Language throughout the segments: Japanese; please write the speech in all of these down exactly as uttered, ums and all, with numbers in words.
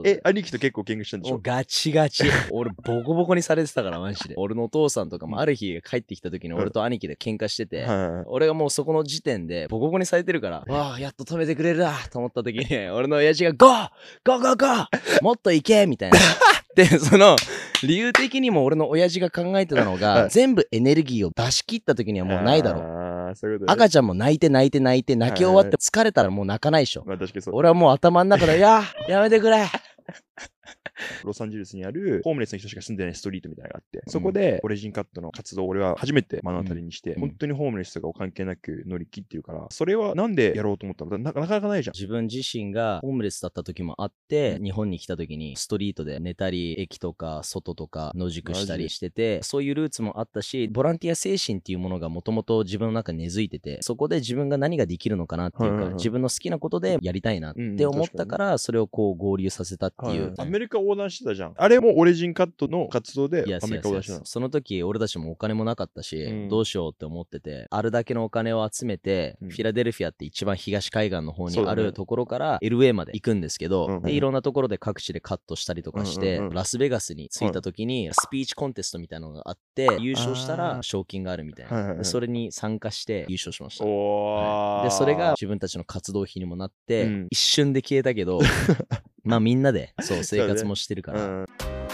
え、兄貴と結構喧嘩したんでしょ？ もうガチガチ。俺ボコボコにされてたからマジで。俺のお父さんとかもある日帰ってきた時に俺と兄貴で喧嘩してて、 はい。 俺がもうそこの時点でボコボコにされてるから、わあやっと止めてくれるなと思った時に俺の親父がゴーゴーゴーゴーもっと行けみたいな。でその理由的にも俺の親父が考えてたのが、 はい全部エネルギーを出し切った時にはもうないだろう。 あー、そういうことね。 赤ちゃんも泣いて泣いて泣いて泣き終わって疲れたらもう泣かないでしょ。 まあ確かにそう。 俺はもう頭の中で、いや、やめてくれ。 ロサンゼルスにあるホームレスの人しか住んでないストリートみたいなのがあって、そこでオリジンカットの活動を俺は初めて目の当たりにして、 うん本当にホームレスとかを関係なく乗り切っていうから、それはなんでやろうと思ったの？ななかなかないじゃん。 自分自身がホームレスだった時もあって、日本に来た時にストリートで寝たり、駅とか外とか野宿したりしてて、そういうルーツもあったし、ボランティア精神っていうものがもともと自分の中に根付いてて、そこで自分が何ができるのかなっていうか、 はいはいはい自分の好きなことでやりたいなって思ったから、それをこう合流させたっていう。 アメリカ横断してたじゃん。あれもオリジンカットの活動でいやアメリカ横断してたの。 その時俺たちもお金もなかったし、 うんどうしようって思ってて、あるだけのお金を集めて、 うんフィラデルフィアって一番東海岸の方にそうだねあるところから エルエー まで行くんですけど、 うんうんでいろんなところで各地でカットしたりとかして、 うんうんうんラスベガスに着いた時にスピーチコンテストみたいなのがあって優勝したあらー賞金があるみたいな、 はいはいはいでそれに参加して優勝しました。 おー、 はい、でそれが自分たちの活動費にもなって、 うん一瞬で消えたけどまあみんなでそう生活もしてるから、 うん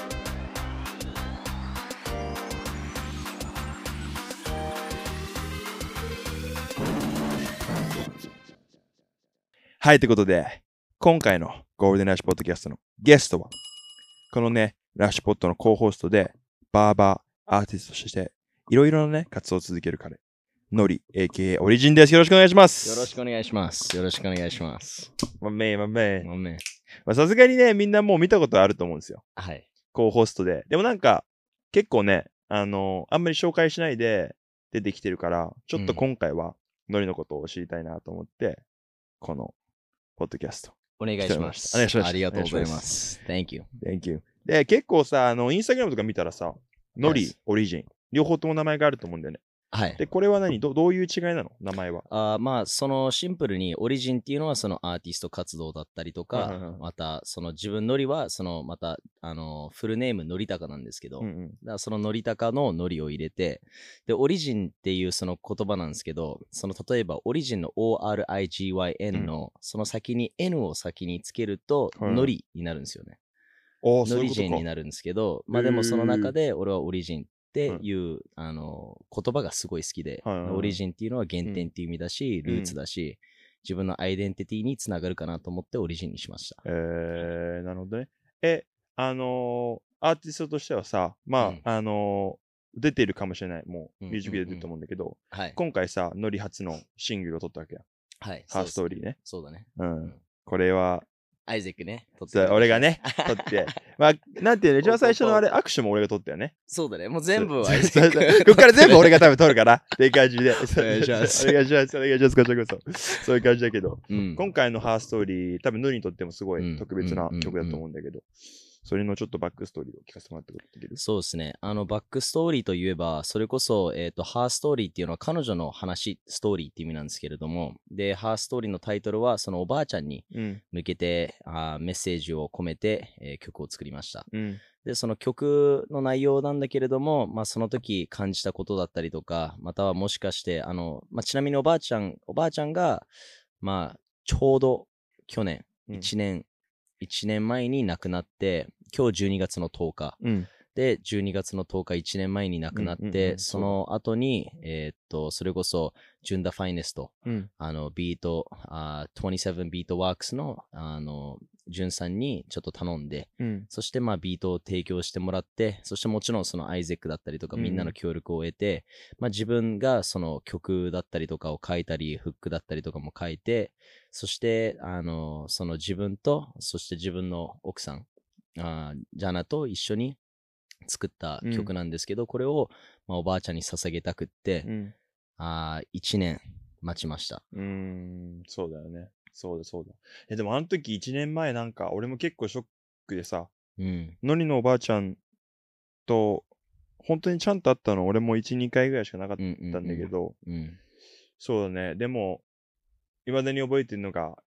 はい、ということで、今回のゴールデンラッシュポッドキャストのゲストは、このね、ラッシュポッドのコーホストで、バーバーアーティストとして、いろいろなね、活動を続ける彼、ノリ、エーケーエー オリジンです。よろしくお願いします。 よろしくお願いしますよろしくお願いしますまあ、めいまあめい。 ごめん。 まあ、さすがにね、みんなもう見たことあると思うんですよ。 はいコーホストで。でもなんか、結構ね、あのあんまり紹介しないで出てきてるから、ちょっと今回は、ノリのことを知りたいなと思って、この、ポッドキャスト。 お願いします。 お願いしますありがとうございます。Thank you. Thank you. で、結構さ、あの、インスタグラムとか見たらさ、ノリ、 Yes. オリジン、両方とも名前があると思うんだよね。 はい。 で、これは何どどういう違いなの名前は。 あまあ、そのシンプルにオリジンっていうのはそのアーティスト活動だったりとか、 はいはいはいまたその自分ノリはそのまたあのフルネームのりたかなんですけど、 うんうん。 だからそののりたかののりを入れて、で、オリジンっていうその言葉なんですけど、その例えばオリジンの オーアールアイジーワイエヌ のその先に N を先につけると、 はいのりになるんですよね。 おー、そうノリいうことか。 ジンになるんですけど、まあでもその中で俺はオリジンっていう、 はいあの言葉がすごい好きで、 はいはいはいオリジンっていうのは原点っていう意味だし、 うんルーツだし、自分のアイデンティティにつながるかなと思ってオリジンにしました。 えー、なるほどね。え、あのー、アーティストとしてはさ、まあ、 うんあのー、出てるかもしれない、もう、 うんミュージックビデオ出てると思うんだけど、 はい。 今回さ、ノリ初のシングルを撮ったわけや。 はい。 ハーストーリーね。 そうだね。 うん。 うんこれは、 アイゼックね。撮ってそうくれました俺がね、撮って。まあ、なんていうの、一番最初のあれ、握手も俺が撮ったよね。 そうだね。もう全部はそうアイゼッそうそうこっから全部俺が多分撮るから、っていう感じで。お願いしますお願いします。お願いします。こちらこそ。そういう感じだけど、 うん。 今回のハーストーリー、多分ノリにとってもすごうんい特別な曲だと思うんだけど、それのちょっとバックストーリーを聞かせてもらってことできる？ そうですね。あの、バックストーリーといえば、それこそ、えっ、と、ハーストーリーっていうのは彼女の話、ストーリーっていう意味なんですけれども、で、ハーストーリーのタイトルは、そのおばあちゃんにうん。 向けて、あメッセージを込めて、えー曲を作りました。 うん。 で、その曲の内容なんだけれども、まあ、その時感じたことだったりとか、またはもしかして、あの、まあ、ちなみにおばあちゃん、おばあちゃんが、まあ、ちょうど去年、 うんいちねん、いちねんまえに亡くなって、今日じゅうにがつのとおか、 うん。 で、じゅうにがつのとおか、いちねんまえに亡くなって、 うんうんうんその後に、えーっと、それこそ、ジュンダ・ファイネスト、 うん。 あの、ビート、あーにじゅうななビートワークスの、あの、ジュンさんにちょっと頼んで、 うん。 そしてまあビートを提供してもらって、そしてもちろんそのアイゼックだったりとかうんみんなの協力を得て、まあ自分がその曲だったりとかを書いたり、フックだったりとかも書いて、そしてあの、その自分と、そして自分の奥さん、あージャナと一緒に作った曲なんですけど、これを、まあ、おばあちゃんに捧げたくって、 うん。 あいちねん待ちました。 うーん、そうだよね。そうだそうだ。え、でもあの時いちねんまえなんか、俺も結構ショックでさ、 うん。 ノリのおばあちゃんと、本当にちゃんと会ったの俺もいち、にかいぐらいしかなかったんだけど、 うん。 そうだね。でも、未だに覚えてるのが、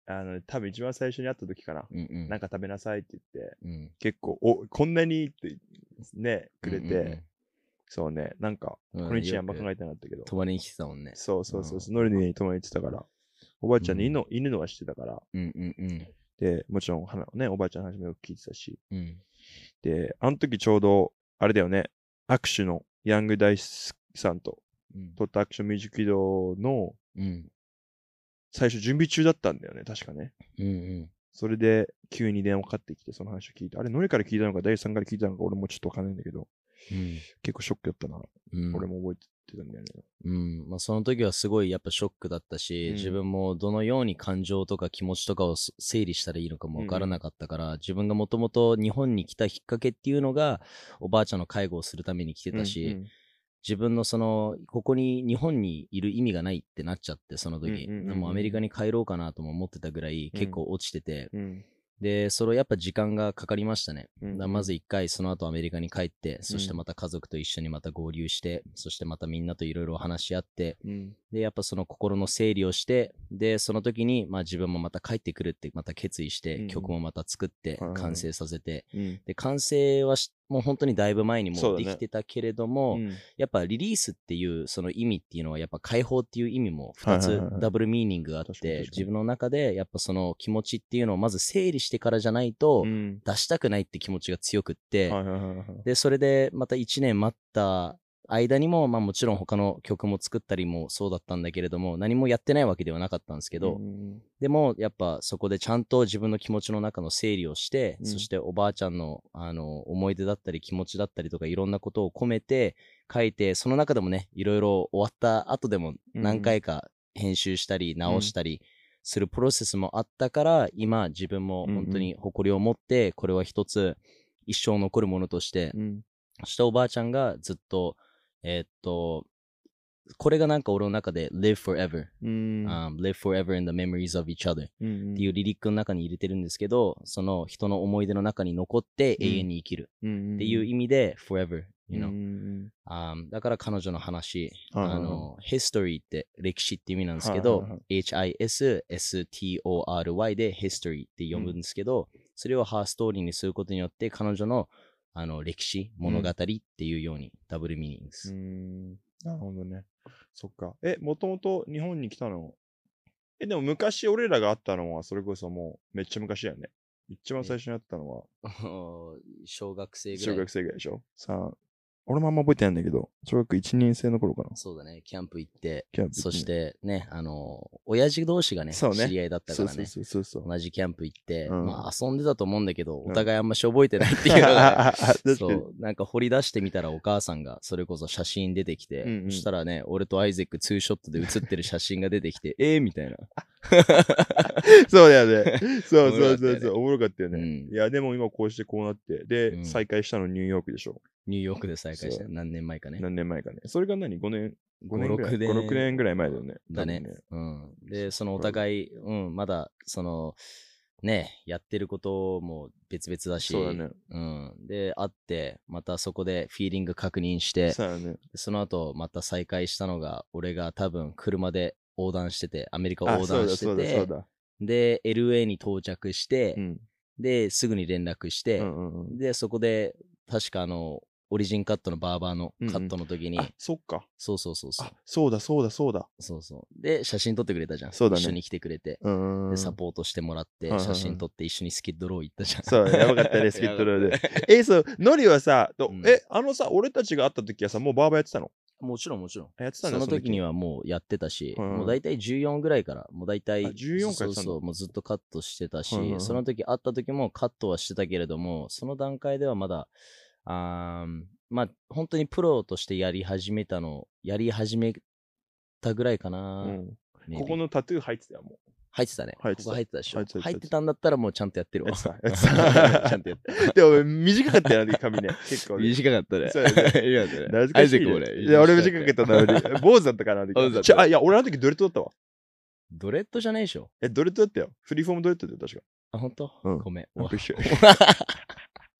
あの、多分一番最初に会った時かな。 うんうん。 なんか食べなさいって言って、 うん。 結構、お、こんなにってね、くれて、 うんうんうんそうね、なんか、 うんこの一年あんま考えてなかったけど、 泊まりに来てたもんね。 そうそうそうそう、 うんノリの家に泊まりに行ってたから、おばあちゃんに犬,、 う犬のは知ってたから、 うんうんうん。 で、もちろん、はなね、おばあちゃんの話もよく聞いてたし、 うん。 で、あの時ちょうど、あれだよね、握手のヤング大好きさんとうん。 撮った握手ミュージックビデオのうん。 最初準備中だったんだよね、確かね。 うんうん。 それで、急に電話かかってきて、その話を聞いて、あれ、ノリから聞いたのか、第三から聞いたのか、俺もちょっとわかんないんだけど、 うん。 結構ショックだったな。 うん。 俺も覚えてたんだよね。 うん。まあ、その時はすごいやっぱショックだったし、 うん自分もどのように感情とか気持ちとかをす整理したらいいのかもわからなかったから、自分がもともと日本に来たきっかけっていうのが、おばあちゃんの介護をするために来てたし、 うんうん自分のその、ここに日本にいる意味がないってなっちゃって、その時。 うんうんうんうんでもアメリカに帰ろうかなとも思ってたぐらいうん結構落ちてて、 うんで、それやっぱ時間がかかりましたね。 うんうんだからまず一回その後アメリカに帰って、そしてまた家族と一緒にまた合流して、そしてまたみんなといろいろ話し合って、 うんで、やっぱその心の整理をして、で、その時に、まあ自分もまた帰ってくるってまた決意して、 うん曲もまた作ってはいはい、 完成させて、 うんで、完成はしもう本当にだいぶ前にもうそうだねできてたけれども、 うんやっぱリリースっていうその意味っていうのはやっぱ解放っていう意味も二つはいはいはいはいダブルミーニングがあっ確かに確かにて、自分の中でやっぱその気持ちっていうのをまず整理してからじゃないとうん出したくないって気持ちが強くって、 はいはいはいはいで、それでまたいちねん待った間にも、まあもちろん他の曲も作ったりもそうだったんだけれども、何もやってないわけではなかったんですけど、 うんでもやっぱそこでちゃんと自分の気持ちの中の整理をして、 うんそしておばあちゃんのあの思い出だったり気持ちだったりとかいろんなことを込めて書いて、その中でもね、いろいろ終わった後でも何回か編集したり直したりするプロセスもあったから、今自分も本当に誇りを持ってこれは一つ一生残るものとして、 うんそしておばあちゃんがずっとえーっとこれがなんか俺の中で live forever、 うん um, live forever in the memories of each other うんっていうリリックの中に入れてるんですけど、その人の思い出の中に残ってうん永遠に生きるうんっていう意味で forever、you う know、 ん um, だから彼女の話、 はいはいはいあの history って歴史って意味なんですけど、 はいはいはいエイチアイエスエスティーオーアールワイ で history って読むんですけど、それをハーストーリーにすることによって彼女のあの歴史物語っていうようにダブルミーニングでうす。 んなるほどね。そっか。え、もともと日本に来たのえ、でも昔俺らが会ったのはそれこそもうめっちゃ昔だよね。一番最初に会ったのは小学生ぐらい。 小学生ぐらいでしょさあ、俺もあんま覚えてないんだけど、小学いちねん生の頃かな。 そうだね、キャンプ行って、 キャンプ行ってねそしてね、あの、親父同士がね、 そうね知り合いだったからね、 そうそうそうそう。 同じキャンプ行って、 うんまあ遊んでたと思うんだけど、 うんお互いあんまし覚えてないっていうのが、ね、 確かにそう、なんか掘り出してみたらお母さんがそれこそ写真出てきて、 うんうんそしたらね、俺とアイゼックツーショットで写ってる写真が出てきて、えーみたいな。 そうだよね。そうおもろかったよねそうそうそう。おもろかったよね。 うんいや、でも今こうしてこうなって、で、 うん再会したのニューヨークでしょ。 ニューヨークで再会したそう何年前かね。 何年前かね。それが何 ?ご 年、ごねんぐらい。 ごろくねんご、ろくねんぐらい前だよね。 だね多分うん。で、そのお互い、うん、まだ、その、ね、やってることも別々だし、 そうだねうん。で、会って、またそこでフィーリング確認して、 そうだね。 その後、また再会したのが、俺が多分車で横断してて、アメリカをあ、 横断してそうだそうだそうて、 だ。 で、エルエー に到着して、 うん。 で、すぐに連絡して、 うんうんうん。 で、そこで、確かあの、オリジンカットのバーバーのカットの時に、 あ、そっか。 そうそうそうそうあ、そうだそうだそうだ。 そうそう。で、写真撮ってくれたじゃん。 そうだね一緒に来てくれて。 うーん。 で、サポートしてもらってはいはい、はい写真撮って一緒にスキッドロー行ったじゃん。 そう、やばかったね、スキットローやばかでった。 え、そう、ノリはさ、どうんえ、あのさ、俺たちが会った時はさ、もうバーバーやってたのもちろんもちろん。 やってたんだその時には。 はもうやってたし、 はいはいもう大体じゅうよんぐらいから、もう大体、 あじゅうよんからやってたんだそうそう、もうずっとカットしてたし、 はいはいはいその時会った時もカットはしてたけれども、その段階ではまだ、あーまあ、本当にプロとしてやり始めたの、やり始めたぐらいかな。 うん。 maybe ここのタトゥー入ってたよ、も入ってたね。 入ってたここ入ってたでしょ。 入ってた入ってたんだったらもうちゃんとやってるう。 わ。 やってた。やってた。 ちゃんとやってる。 でも短かったよね、髪ね。結構ね。 短かったね。 そうだねいやね懐かしいね。 アイゼックもね。 いや、俺短かったのに。坊主だったかな、あの時坊主だったちょあ、いや、俺あの時ドレッドだったわ。 ドレッドじゃないでしょ。 え、ドレッドだったよ。フリーフォームドレッドだよ、確か。 あ、ほんとうんごめん。 あびっくりし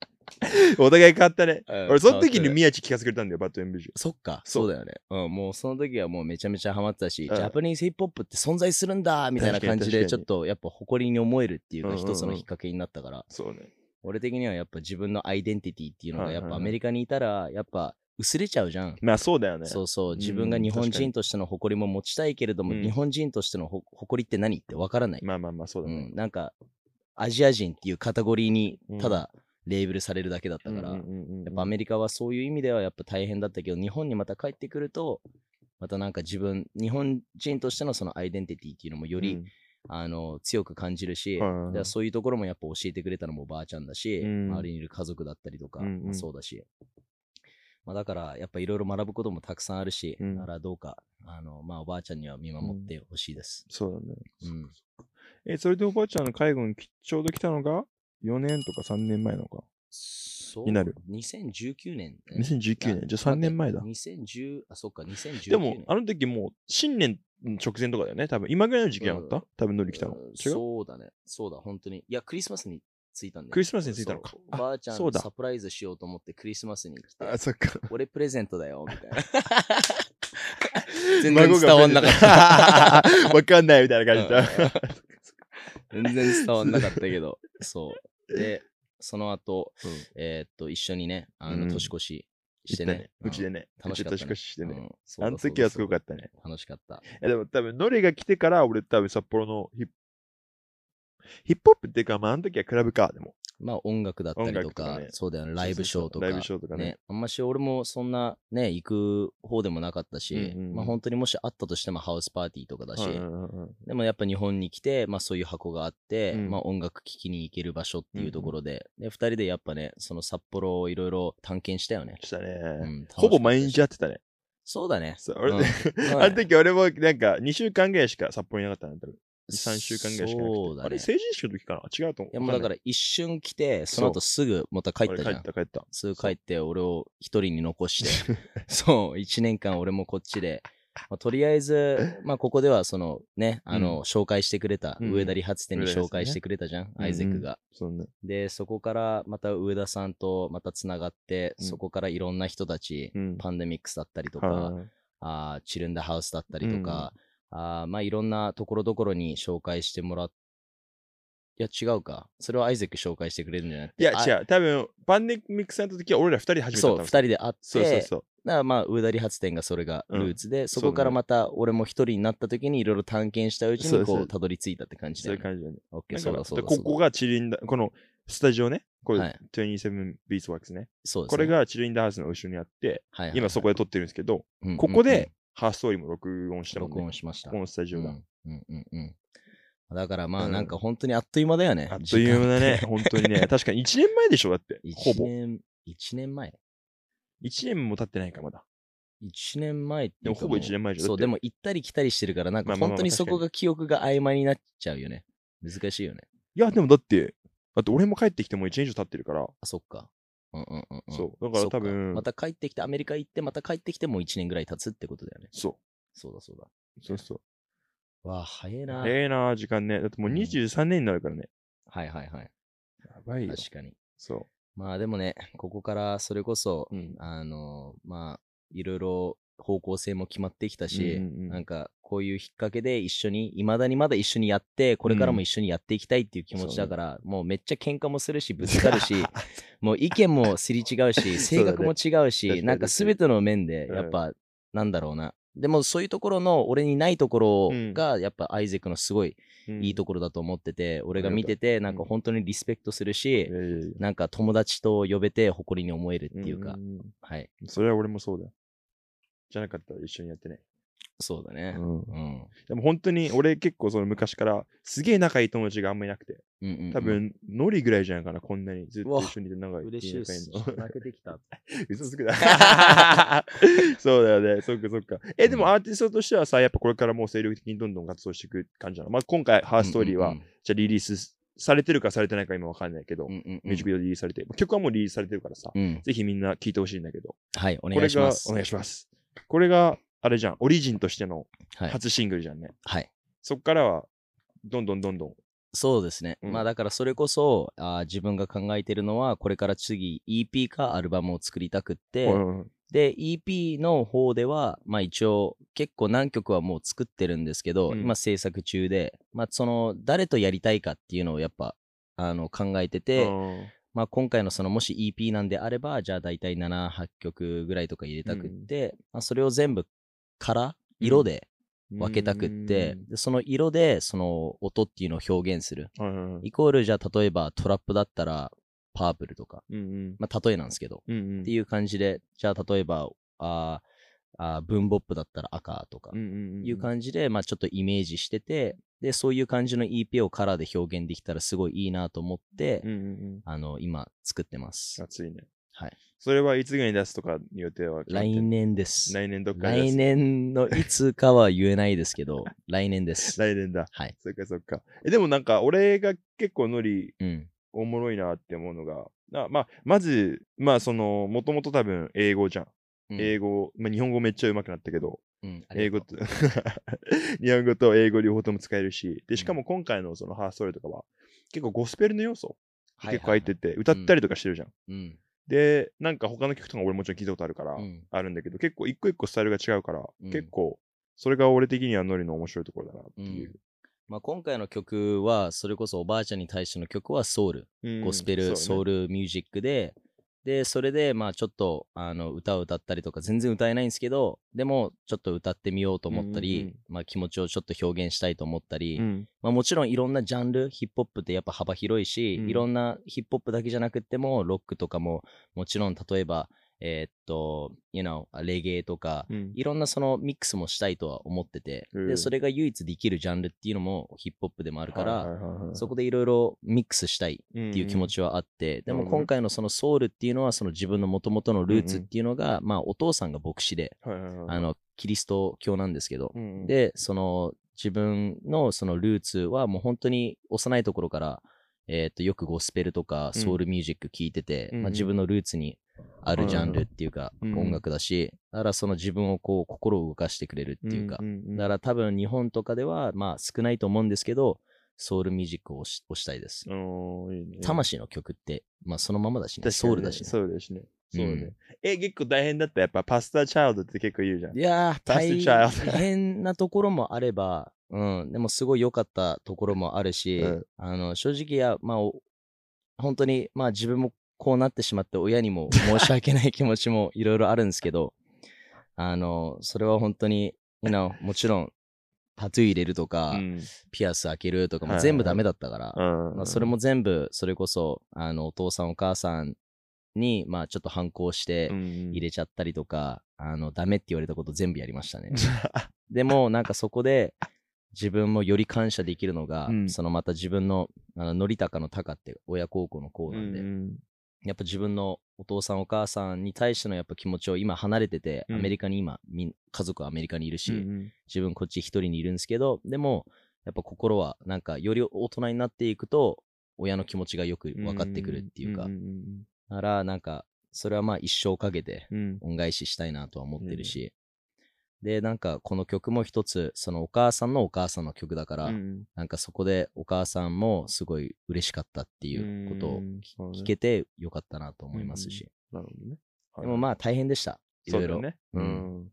お互い変わったね。 うん俺、その時に変わったね宮地聞かせてくれたんだよ、バッドエンビジュ。 そっか、 そうそうだよね。うん、もうその時はもうめちゃめちゃハマってたし、 うんジャパニーズヒップホップって存在するんだみたいな感じで、 確かに確かにちょっとやっぱ誇りに思えるっていうか、 うんうんうん一つのきっかけになったから、 そうね。 俺的にはやっぱ自分のアイデンティティっていうのが、 はいはいはいやっぱアメリカにいたら、やっぱ薄れちゃうじゃん。 まあそうだよね。 そうそう、自分がうん日本確かに人としての誇りも持ちたいけれども、 うん日本人としてのほ誇りって何ってわからない。 まあまあまあ、そうだね。 うん、なんか、アジア人っていうカテゴリーにうんただレーベルされるだけだったから、 うんうんうんうんやっぱアメリカはそういう意味ではやっぱ大変だったけど、日本にまた帰ってくると、またなんか自分、日本人としてのそのアイデンティティっていうのもより、 うんあの強く感じるし、 はいはいはいでそういうところもやっぱ教えてくれたのもおばあちゃんだし、 うん周りにいる家族だったりとか、 うんうんまあ、そうだし、まあ、だからやっぱいろいろ学ぶこともたくさんあるし、 うんだからどうかあの、まあ、おばあちゃんには見守ってほしいです。 そうだね。 うんえ、それでおばあちゃんの介護にきちょうど来たのがよねんとかさんねんまえなのか。 そうになるにせんじゅうきゅうねん、ね。 にせんじゅうきゅうねん。じゃあさんねんまえだ。 にせんじゅう、あ、そっか、にせんじゅうきゅうねん。 でも、あの時もう新年直前とかだよね。多分今ぐらいの時期なかった、 うん多分乗り来たの。 うん違うそうだね。そうだ、本当に。いや、クリスマスに着いたんだよ。 クリスマスに着いたのかそうあおばあちゃんそうだサプライズしようと思ってクリスマスに来て、 あ、そっか。 俺プレゼントだよ、みたいな。全然伝わんなかった。 た。わかんないみたいな感じだ。 全然伝わんなかったけど、そう。で、その後、 うんえーっと、一緒にね、あの、 うん年越ししてね行ったね。。うちでね。 楽しかったねうちで年越ししてね。 うんそうだあの時はすごかったね。 そうだ楽しかった。 えでも多分、ノリが来てから俺多分札幌のヒップヒップホップっていうか、まああの時はクラブか、でも。 まあ音楽だったりと音楽とか、 かねそうだよね、ライブショーとか。 ライブショーとかね。 あんまし俺もそんなね、行く方でもなかったし、 うんうんうんまあ本当にもしあったとしてもハウスパーティーとかだし、 はいはいはいはいでもやっぱ日本に来て、まあそういう箱があって、 うんまあ音楽聴きに行ける場所っていうところで、で、二人でやっぱね、その札幌をいろいろ探検したよね。 したね、 うんほぼ毎日会ってたね。 そうだね。 そう俺、 うんあの時俺もなんかにしゅうかんぐらいしか札幌にいなかったんだ多分。に、さんしゅうかんぐらいしかなくて。 そうだねあれ、成人式の時かな違うと思う。 いやもうだから一瞬来て、その後すぐまた帰ったじゃん俺帰っ。た帰った。 すぐ帰って俺を一人に残して、そう、一年間俺もこっちで、まあ、とりあえず、まあここではそのね、あの、紹介してくれた、 うん上田理髪店に上田理髪店ね紹介してくれたじゃん、アイゼックが。 そうね。 で、そこからまた上田さんとまたつながって、 うんそこからいろんな人たち、 うんパンデミックスだったりとか、 はいあーチルンダハウスだったりとか、あーまあいろんなところどころに紹介してもらっいや違うか。それはアイゼック紹介してくれるんじゃなくて。 いや、 あ違う。多分、パンデミックさんの時は俺ら二人で始めたそう、二の人で会って、 そうそうそう。 だからまあ、上田理髪店がそれがルーツで、そこからまた俺も一人になった時にいろいろ探検したうちにこそうそうう、たどり着いたって感じだそうよね。 いう感じだね。 オッケー、 だからそうだそうだ。 ここがチルインダ、このスタジオね、これ、 はいにじゅうななビーツワークスね。 そうですね、 これがチルインダハウスの後ろにあって、 はいはいはい、 今そこで撮ってるんですけど、 うんうんうん、 ここでハーストーリーも録音したもん録ね。 音しました。 このスタジオが。 うんうんうんうん。だからまあ、 うんなんか本当にあっという間だよね。 あっという間だね。本当にね。確かにいちねんまえでしょだって。ほぼ。 一年、一年前いちねんも経ってないか、まだ。 一年前っていうかでもほぼ一年前じゃんそう、 だってでも行ったり来たりしてるから、なんかまあまあまあ本当にそこが記憶が曖昧になっちゃうよね。難しいよね。 いや、でもだって、だって俺も帰ってきてもいちねん以上経ってるから、 あ、そっか。うんうんうんうん。 そうだから多分そっかまた帰ってきて、アメリカ行って、また帰ってきてもいちねんぐらい経つってことだよね。 そそうだそうだ。 う。そうそう。 わあ、早いな。 ええな、時間ね。だってもうにじゅうさんねんになるからね。 はいはいはい。 やばいよ。 確かに。 そまあでもね、ここからそれこそ、 う。うん。 あの、まあ、いろいろ方向性も決まってきたし、 うんうんうんなんかこういうきっかけで一緒に、いまだにまだ一緒にやって、これからも一緒にやっていきたいっていう気持ちだから、もうめっちゃ喧嘩もするし、ぶつかるし、もう意見もすり違うし、性格も違う確かし、 になんか全ての面で、 うんやっぱ、なんだろうな。でもそういうところの俺にないところが、やっぱアイゼックのすごいいいところだと思ってて、俺が見てて、なんか本当にリスペクトするし、 いやいやいやなんか友達と呼べて誇りに思えるっていうか、 んんはい。 んそれは俺もそうだよ。じゃなかったら一緒にやってね。 そうだね。 うんうん。 でも本当に俺結構その昔からすげえ仲いい友達があんまりいなくて、 うんうんうん多分ノリぐらいじゃないかな、こんなにずっと一緒にいて長い。 嬉しいです。 仲いいの泣けてきた。 嘘つくな。そうだよね。そっかそっか。え、でもアーティストとしてはさ、やっぱこれからもう精力的にどんどん活動していく感じなの。まあ今回、ハーストーリーは、じゃあリリースされてるかされてないか今わかんないけど、 うんうんうんミュージックビデオでリリースされて、曲はもうリリースされてるからさ、 うん。 ぜひみんな聴いてほしいんだけど、 はい、おこれが願いします。 お願いします。これが、あれじゃん、オリジンとしてのはい。 初シングルじゃんね。 はい。 そっからは、どんどんどんどんそうですね。 うんまあだからそれこそあー自分が考えてるのはこれから次 イーピー かアルバムを作りたくって、 うんで イーピー の方ではまあ一応結構何曲はもう作ってるんですけど、 うん今制作中で、まあその誰とやりたいかっていうのをやっぱあの考えてて、 うんまあ今回のそのもし イーピー なんであればじゃあ大体なな、はちきょくぐらいとか入れたくって、まあ、それを全部カラー色で分けたくって、でその色でその音っていうのを表現する。 はいはいはいイコールじゃあ例えばトラップだったらパープルとか、 うんうんまあ例えなんですけど、 うんうんっていう感じで、じゃあ例えばああブンボップだったら赤とかうんうんうんいう感じで、まあちょっとイメージしてて、で、そういう感じの イーピー をカラーで表現できたらすごいいいなと思って、 うんうんうんあの、今作ってます。 熱いね。 はい。 それはいつぐらいに出すとかに予定は決まってんの来年です。 来年どっかで出来す年のいつかは言えないですけど、来年です。 来年だ。 はい。 そっかそっか。え、でもなんか俺が結構ノリうん。 おもろいなって思うのが、なまあ、まず、まあその、もともと多分英語じゃん。 うん英語、まあ、日本語めっちゃ上手くなったけど、 うん、ありがとう英語と日本語と英語両方とも使えるし、で、しかうんも今回のそのハーストーリーとかは、結構ゴスペルの要素はいはい結構入ってて、歌ったりとかしてるじゃん。 うん。 で、なんか他の曲とか俺もちろん聞いたことあるから、 うんあるんだけど、結構一個一個スタイルが違うから、 うん結構、それが俺的にはノリの面白いところだなっていう。 まあ、今回の曲は、それこそおばあちゃんに対しての曲はソウル、 うんゴスペル、 そうねソウルミュージックで、で、それで、まあちょっと、あの、歌を歌ったりとか、全然歌えないんですけど、でも、ちょっと歌ってみようと思ったり、 うんうんうんまあ気持ちをちょっと表現したいと思ったり、 うん。 まあもちろんいろんなジャンル、ヒップホップってやっぱ幅広いし、 うんいろんなヒップホップだけじゃなくっても、ロックとかも、もちろん例えば、えーっと、you know、レゲエとか、 うんいろんなそのミックスもしたいとは思ってて、 うんで、それが唯一できるジャンルっていうのもヒップホップでもあるから、 はいはいはいはいそこでいろいろミックスしたいっていう気持ちはあって、でもなるほどね今回のそのソウルっていうのはその自分の元々のルーツっていうのが、まあお父さんが牧師で、 はいはいはいあの、キリスト教なんですけど、 うんうんで、その自分のそのルーツはもう本当に幼いところから、えっと、よくゴスペルとかソウルミュージック聞いてて、 うんうんまあ自分のルーツにあるジャンルっていうか、 うんうん音楽だし、だからその自分をこう心を動かしてくれるっていうか、 んんんだから多分日本とかではまあ少ないと思うんですけど、ソウルミュージックを推し推したいです。 おーいいね魂の曲って、まあそのままだしね、 確かにねソウルだしね。 そうだしね。そうだね。 うんえ、結構大変だった。やっぱパスタチャイルドって結構言うじゃん。 いやー、 パストチ大ャイルド変なところもあれば、うん、でもすごい良かったところもあるし、 うんあの正直や、まあ、お本当に、まあ自分もこうなってしまって親にも申し訳ない気持ちもいろいろあるんですけど、あの、それは本当に、you know、もちろんタトゥー入れるとか、 うんピアス開けるとかはいはいも全部ダメだったから、 うんまあ、それも全部それこそあのお父さんお母さんにまあちょっと反抗して入入れちゃったりとか、あのダメって言われたこと全部やりましたね。でもなんかそこで自分もより感謝できるのが、 うんそのまた自分のあののりたかのたかって親孝行の孝なんで、 うんやっぱ自分のお父さんお母さんに対してのやっぱ気持ちを今離れてて、 うんアメリカに今みん家族はアメリカにいるし、 うん自分こっち一人にいるんですけど、でもやっぱ心はなんかより大人になっていくと親の気持ちがよく分かってくるっていうか、 んんだからなんかそれはまあ一生かけてうん恩返ししたいなとは思ってるし、でなんかこの曲も一つそのお母さんのお母さんの曲だから、 うんなんかそこでお母さんもすごい嬉しかったっていうことをうんそうね聞けてよかったなと思いますし、 なるほどね。 でもまあ大変でした。いろいろ。 そうだよね。 ううんん。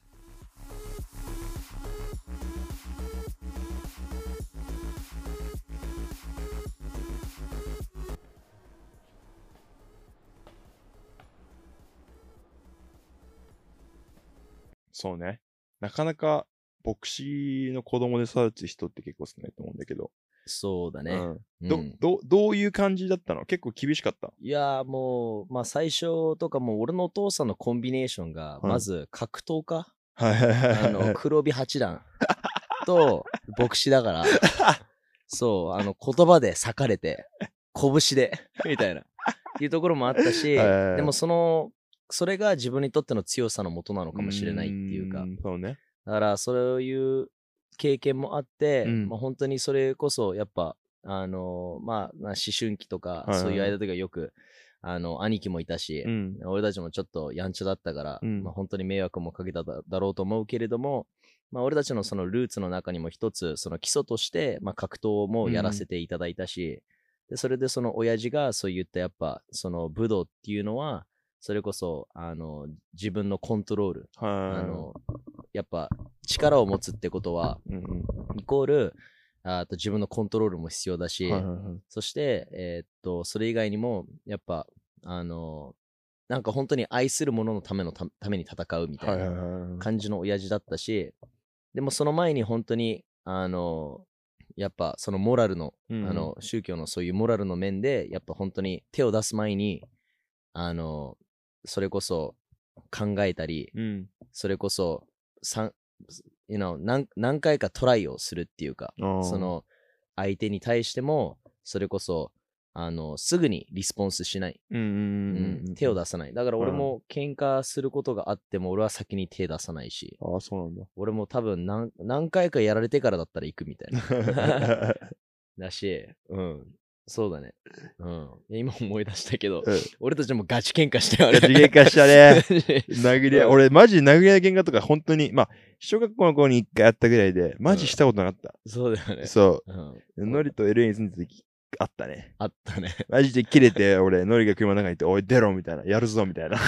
そうね。なかなか牧師の子供で育つ人って結構少ないと思うんだけど。 そうだね。 うんうんど、ど、どういう感じだったの？結構厳しかった。 いやーもう、まあ最初とかもう俺のお父さんのコンビネーションが、 いまず格闘家、 はいはいはいはい。 あの、黒帯八段と牧師だから、そう、あの、言葉で裂かれて、拳で、みたいな、いうところもあったし、 はいはいはいでもその、それが自分にとっての強さのもとなのかもしれないっていうか、 んそうね。 だからそういう経験もあって、 うんまあ、本当にそれこそやっぱあのーまあまあ思春期とかいはいそういう間とかよくあの、兄貴もいたし、 うん。 俺たちもちょっとやんちゃだったから、 うんまあ、本当に迷惑もかけただだろうと思うけれども、まあ、俺たちのそのルーツの中にも一つ、その基礎として、まあ、格闘もやらせていただいたし、でそれでその親父がそういったやっぱ、その武道っていうのは、それこそ、あの、自分のコントロール、あはい。 の、やっぱ力を持つってことは、 うんうん。 イコール、あと自分のコントロールも必要だし、 はいはいはい。 そして、えーっと、それ以外にも、やっぱ、あの、なんか本当に愛する者のためのたために戦うみたいなはいはいはい。 感じの親父だったし、でもその前に本当に、あの、やっぱそのモラルの、 うんうんあの、宗教のそういうモラルの面で、やっぱ本当に手を出す前に、あの、それこそ考えたり、 うん。 それこそ、さん you know 何何回かトライをするっていうか、 あーその相手に対しても、それこそ、あの、すぐにリスポンスしない。 うんうんうんうん。 うん手を出さない。だから俺も喧嘩することがあっても、俺は先に手出さないし、 ああ、そうなんだ。 俺も多分何何回かやられてからだったら行くみたいな。だし、うん。そうだね。うん。いや今思い出したけど、 うん俺たちもガチ喧嘩したよね。 ガチ喧嘩したね。 ね。 殴り合い、 うん俺マジ殴り合い喧嘩とか本当に、まあ、小学校の頃に一回やったぐらいで、マジしたことなかっそうだよね。 た。そうん。 う。ノリと エルエー に住んでた時あったね。 あったね。 マジで切れて、俺、ノリが車の中にいて、おい、出ろみたいな。やるぞみたいな。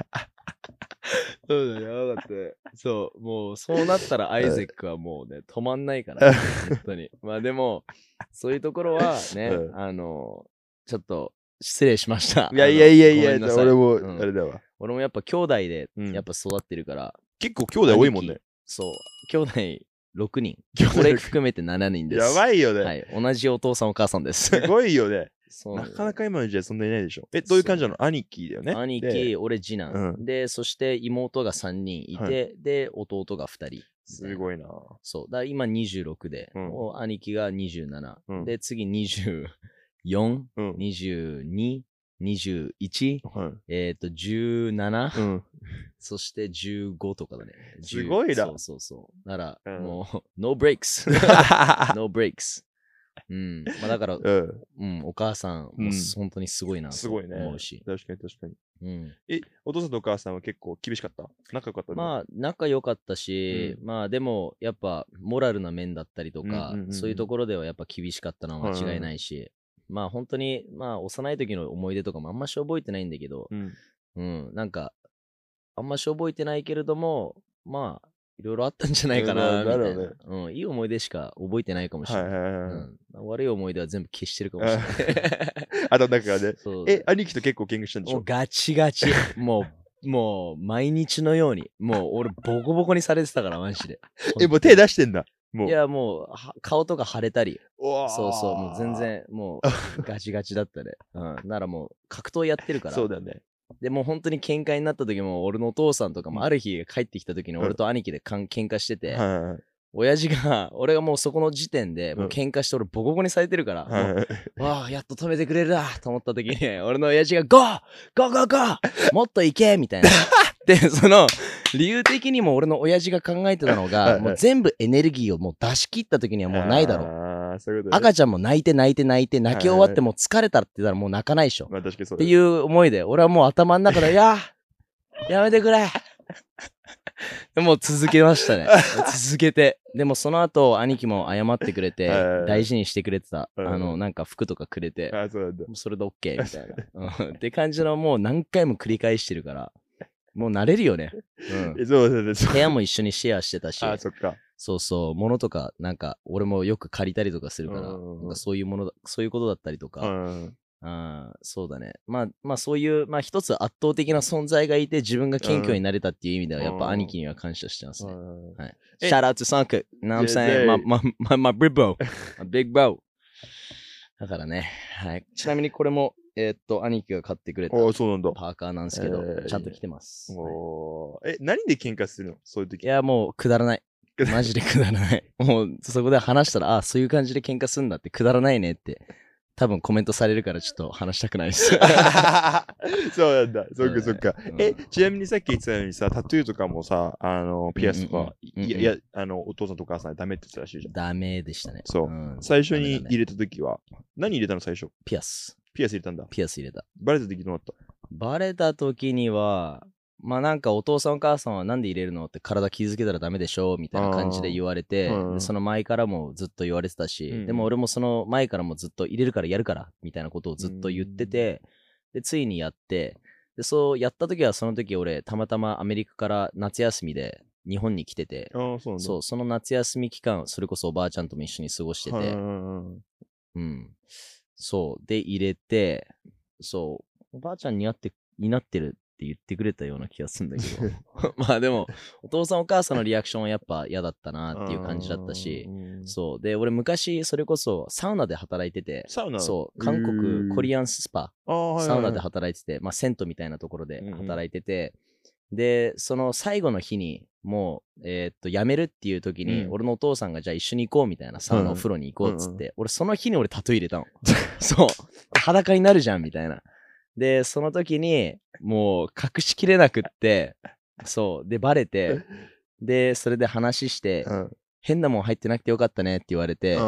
そうだね。やばかった。そう。もう、そうなったらアイゼックはもうね、止まんないから、本当に。まあでも、そういうところはね、 うんあの、ちょっと、失礼しました。 いやいやいやいや、 あのごめんなさい俺も、 うんあれだわ。 俺もやっぱ兄弟でうんやっぱ育ってるから、 結構兄弟多いもんね。 そう、兄弟ろくにん。 兄弟俺含めてしちにんです。 やばいよね。 はい。同じお父さんお母さんです。 すごいよね。 そうなかなか今の時代そんなにいないでしょ。え、どういう感じなの？兄貴だよね。 兄で貴、俺次男、 うんで、そして妹がさんにんいて、 はで、弟がふたり。 すごいな。 そう。だから今にじゅうろくで、 うんもう兄貴がにじゅうなな。 うんで、次にじゅうよん、 うん。 にじゅうに、にじゅういち、 はい。 えっ、と、じゅうなな、 うん。 そしてじゅうごとかだね。 すごいなそうそうそう。なら、 うんもう、ノーブレイクス。ノーブレイクス。うん。まあだから、 うん。 うん、お母さんもうん本当にすごいなとすごいね。 思うし。 確かに確かに。 うん。 え、お父さんとお母さんは結構厳しかった仲良かったあ、 まあ、仲良かったし、 うまあでも、やっぱ、モラルな面だったりとか、 うんうんうんうんそういうところではやっぱ厳しかったのは間違いないし、まあ本当に、まあ幼い時の思い出とかもあんまし覚えてないんだけど、 うん。 うん、なんか、あんまし覚えてないけれども、まあ、いろいろあったんじゃないかな、 うんみたいな、 なるほどねうん。いい思い出しか覚えてないかもしれない。 はいはいはいはい。 うん、悪い思い出は全部消してるかもしれない。 あとなんかね、 そうえ、兄貴と結構喧嘩したんでしょ？ もうガチガチ。もう、もう、毎日のように。もう、俺、ボコボコにされてたから、マジで。 え、もう手出してんだ。もう。 いや、もう、は顔とか腫れたり。 うわーそうそう、もう全。然、もう、ガチガチだったね。うん。ならもう、格闘やってるから。 そうだよね。 でもう本当に喧嘩になった時も、俺のお父さんとかも、ある日帰ってきた時に、 うん俺と兄貴でかん喧嘩してて、 はいはい親父が、俺がもうそこの時点で、もう喧嘩して俺ボコボコにされてるから、もうはいはい。 わあ、やっと止めてくれるなと思った時に、俺の親父が、ゴーゴーゴーゴーもっと行けみたいな。で、その、理由的にも俺の親父が考えてたのはいが、 はいもう全部エネルギーをもう出し切った時にはもうないだろう。 ああ、そういうことね。 赤ちゃんも泣いて泣いて泣いて泣き終わってもう疲れたって言ったらもう泣かないでしょ。 まあ確かにそうだね。 っていう思いで、俺はもう頭の中で、いやー、やめてくれでもう続けましたね。続けて。でもその後、兄貴も謝ってくれてはいはいはい、 大事にしてくれてた。 うんあの、なんか服とかくれて、 ああ、そうなんだ。 もうそれで OK みたいな。うんって感じのもう何回も繰り返してるから、もう慣れるよね。うんえ、そうだね。そう部屋も一緒にシェアしてたし、 ああ、そっか。 そうそう、物とか、なんか、俺もよく借りたりとかするから、 うんうんうんなんかそういうものだ、そういうことだったりとうか、 ん。 あーそうだね。まあ、まあそういう、まあ一つ圧倒的な存在がいて、自分が謙虚になれたっていう意味では、やっぱ兄貴には感謝してますね。 うんはい。 え Shout out to Sunk. You know what I'm Yes, saying? sir. My, my, my, my big bro. My big bro. だからね、はい。ちなみにこれも、えーっと、兄貴が買ってくれたああ、そうなんだ。 パーカーなんですけど、 えーちゃんと着てます。はいおーえ、何で喧嘩するのそういう時。 いや、もうくだらない。マジでくだらない。もうそこで話したら、あ、そういう感じで喧嘩すんだって、くだらないねって、多分コメントされるからちょっと話したくないです。 そうなんだ。そっかそっか。 うんえ、ちなみにさっき言ってたようにさ、タトゥーとかもさ、あの、ピアスとか、 うんうんうんいや、いや、あの、お父さんとお母さんダメって言ってたらしいじゃん。 ダメでしたね。 そうん最初にダメダメ入れた時は、何入れたの最初？ ピアス。 ピアス入れたんだ。 ピアス入れた。 バレた時どうなった？ バレた時には、まあなんかお父さんお母さんはなんで入れるのって体傷つけたらダメでしょみたいな感じで言われて、 うんでその前からもずっと言われてたし、 うんでも俺もその前からもずっと入れるからやるからみたいなことをずっと言ってて、でついにやって、でそうやった時はその時俺たまたまアメリカから夏休みで日本に来てて、 ああ、そうなんだ。 そう、その夏休み期間、それこそおばあちゃんとも一緒に過ごしてて、 うんうん。そう。で、入れて、そう、おばあちゃんになって、になってるって言ってくれたような気がするんだけど。まあでも、お父さんお母さんのリアクションはやっぱ嫌だったなっていう感じだったし、そう。で、俺昔、それこそサウナで働いてて、 サウナそう、韓国コリアンスパ、サウナで働いてて、まあ銭湯みたいなところで働いてて、で、その最後の日に、もう、えーっと、辞めるっていう時に、 うん、 俺のお父さんが、じゃあ一緒に行こうみたいな、サウナお風呂に行こうっつって、うんうん、俺その日に俺タトゥー入れたの。そう。裸になるじゃんみたいな。で、その時に、もう隠しきれなくって、そう。で、バレて、で、それで話して、うん、変なもん入ってなくてよかったねって言われて、うん、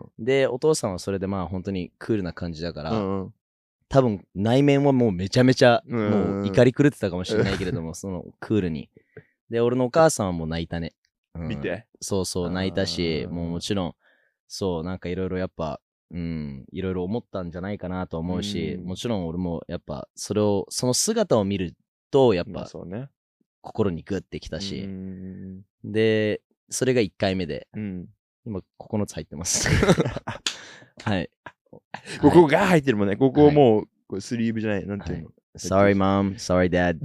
で、お父さんはそれでまあ本当にクールな感じだから、うんうん、多分内面はもうめちゃめちゃもう怒り狂ってたかもしれないけれども、そのクールに。で、俺のお母さんはもう泣いたね。うん、 見て。 そうそう、泣いたし、もうもちろん、そう、なんかいろいろやっぱ、うん、いろいろ思ったんじゃないかなと思うし、うん、もちろん俺もやっぱ、それを、その姿を見ると、やっぱ、そうね、心にグッてきたし、で、それがいっかいめで、うん、今ここのつ入ってます。はい。 ここが入ってるもんね。ここもうスリーブじゃない。なんていうの、はい、 Sorry, mom. Sorry, dad.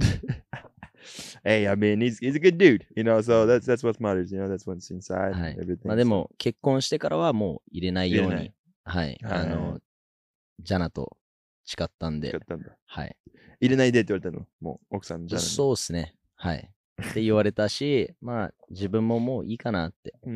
Hey, I mean, he's, he's a good dude, you know, so that's, that's what matters, you know, that's what's inside, はい、 everything. まあでも、結婚してからはもう入れないように、はい、あの、ジャナと誓ったんで、 誓ったんだ。 はい。 入れないでって言われたの、もう奥さんジャナに。 そうっすね。はい。って言われたし、まあ自分ももういいかなって。うん。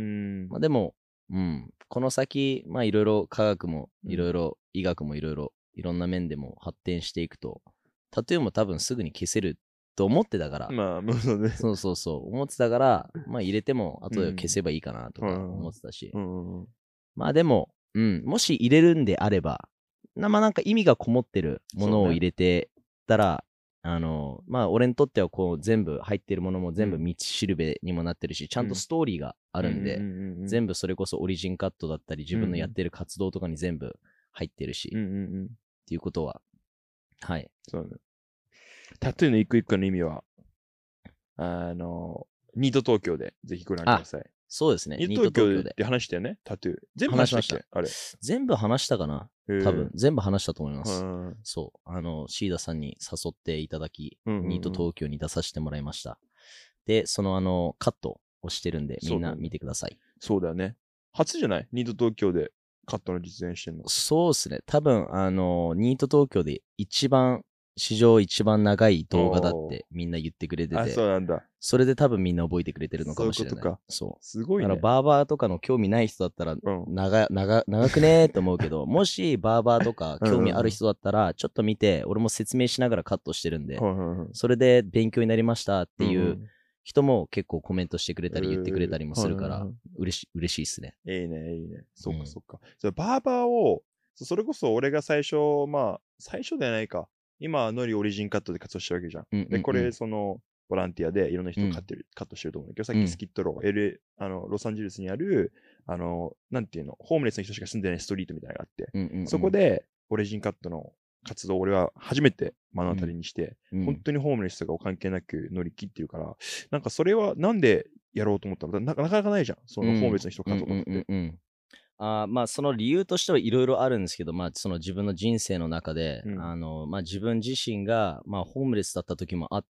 まあでも、うん、この先、まあいろいろ科学もいろいろ医学もいろいろいろんな面でも発展していくと、タトゥーも多分すぐに消せると思ってたから、 まあ、もうそうね。 そうそうそう、思ってたから、まあ入れても後で消せばいいかなとか思ってたし、うんうん、まあでも、うん、もし入れるんであれば、なまあなんか意味がこもってるものを入れてたら、ね、あの、まあ俺にとってはこう全部入ってるものも全部道しるべにもなってるし、うん、ちゃんとストーリーがあるんで、全部それこそオリジンカットだったり、自分のやってる活動とかに全部入ってるし、うんうんうん、っていうことは、はい。 そうね。タトゥーの一個一個の意味は、あの、ニート東京でぜひご覧ください。 そうですね。 ニート東京で話したよね、タトゥー。全部話しました。あれ。 全部話したかな多分、全部話したと思います。そう。あの、シーダさんに誘っていただき、うんうんうん、ニート東京に出させてもらいました。で、そのあの、カットをしてるんで、みんな見てください。 そうだよね。初じゃないニート東京でカットの実演してるの。 そうですね。多分、あの、ニート東京で一番、史上一番長い動画だってみんな言ってくれてて、 あ、そうなんだ。 それで多分みんな覚えてくれてるのかもしれない。 そういうことか。 そう。 すごいね。 あのバーバーとかの興味ない人だったら、長、うん、長、長くねーと思うけど、もしバーバーとか興味ある人だったら、ちょっと見て、俺も説明しながらカットしてるんで、それで勉強になりましたっていう人も結構コメントしてくれたり言ってくれたりもするから、嬉しい、嬉しいっすね。 いいね、いいね。そっかそっか。じゃあバーバーを、それこそ俺が最初、まあ、最初ではないか。今、ノリオリジンカットで活動してるわけじゃん。うんうんうん、で、これ、その、ボランティアでいろんな人をカット、うん、カットしてると思うんだけど、さっきスキットロー、うん、L、あの、ロサンゼルスにある、あの、なんていうの、ホームレスの人しか住んでないストリートみたいなのがあって、うんうんうん、そこで、オリジンカットの活動を俺は初めて目の当たりにして、うん、本当にホームレスとかを関係なく乗り切ってるから、なんかそれはなんでやろうと思ったの な, なかなかないじゃん。そのホームレスの人をカットとかって。うんうんうんうんあまあその理由としてはいろいろあるんですけど、まあその自分の人生の中で、うん、あのまあ自分自身がまあホームレスだった時もあって、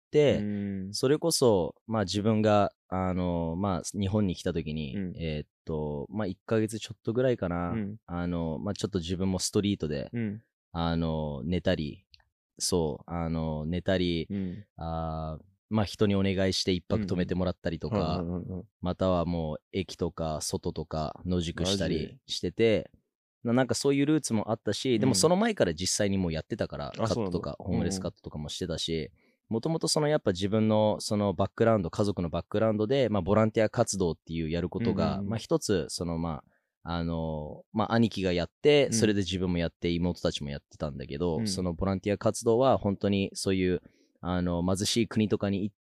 それこそまあ自分があのまあ日本に来た時に、うん、えー、っとまあいっかげつちょっとぐらいかな、うん、あのまあちょっと自分もストリートで、うん、あの寝たり、そうあの寝たり、うん、あまあ人にお願いして一泊泊めてもらったりとか、またはもう駅とか外とか野宿したりしてて、なんかそういうルーツもあったし、でもその前から実際にもうやってたから、カットとかホームレスカットとかもしてたし、もともとそのやっぱ自分のそのバックグラウンド、家族のバックグラウンドで、まあボランティア活動っていうやることが、まあ一つそのまああの、まあ、兄貴がやって、 うんそれで自分もやって、妹たちもやってたんだけど、 うんそのボランティア活動は本当にそういう、あの、貧しい国とかに行って、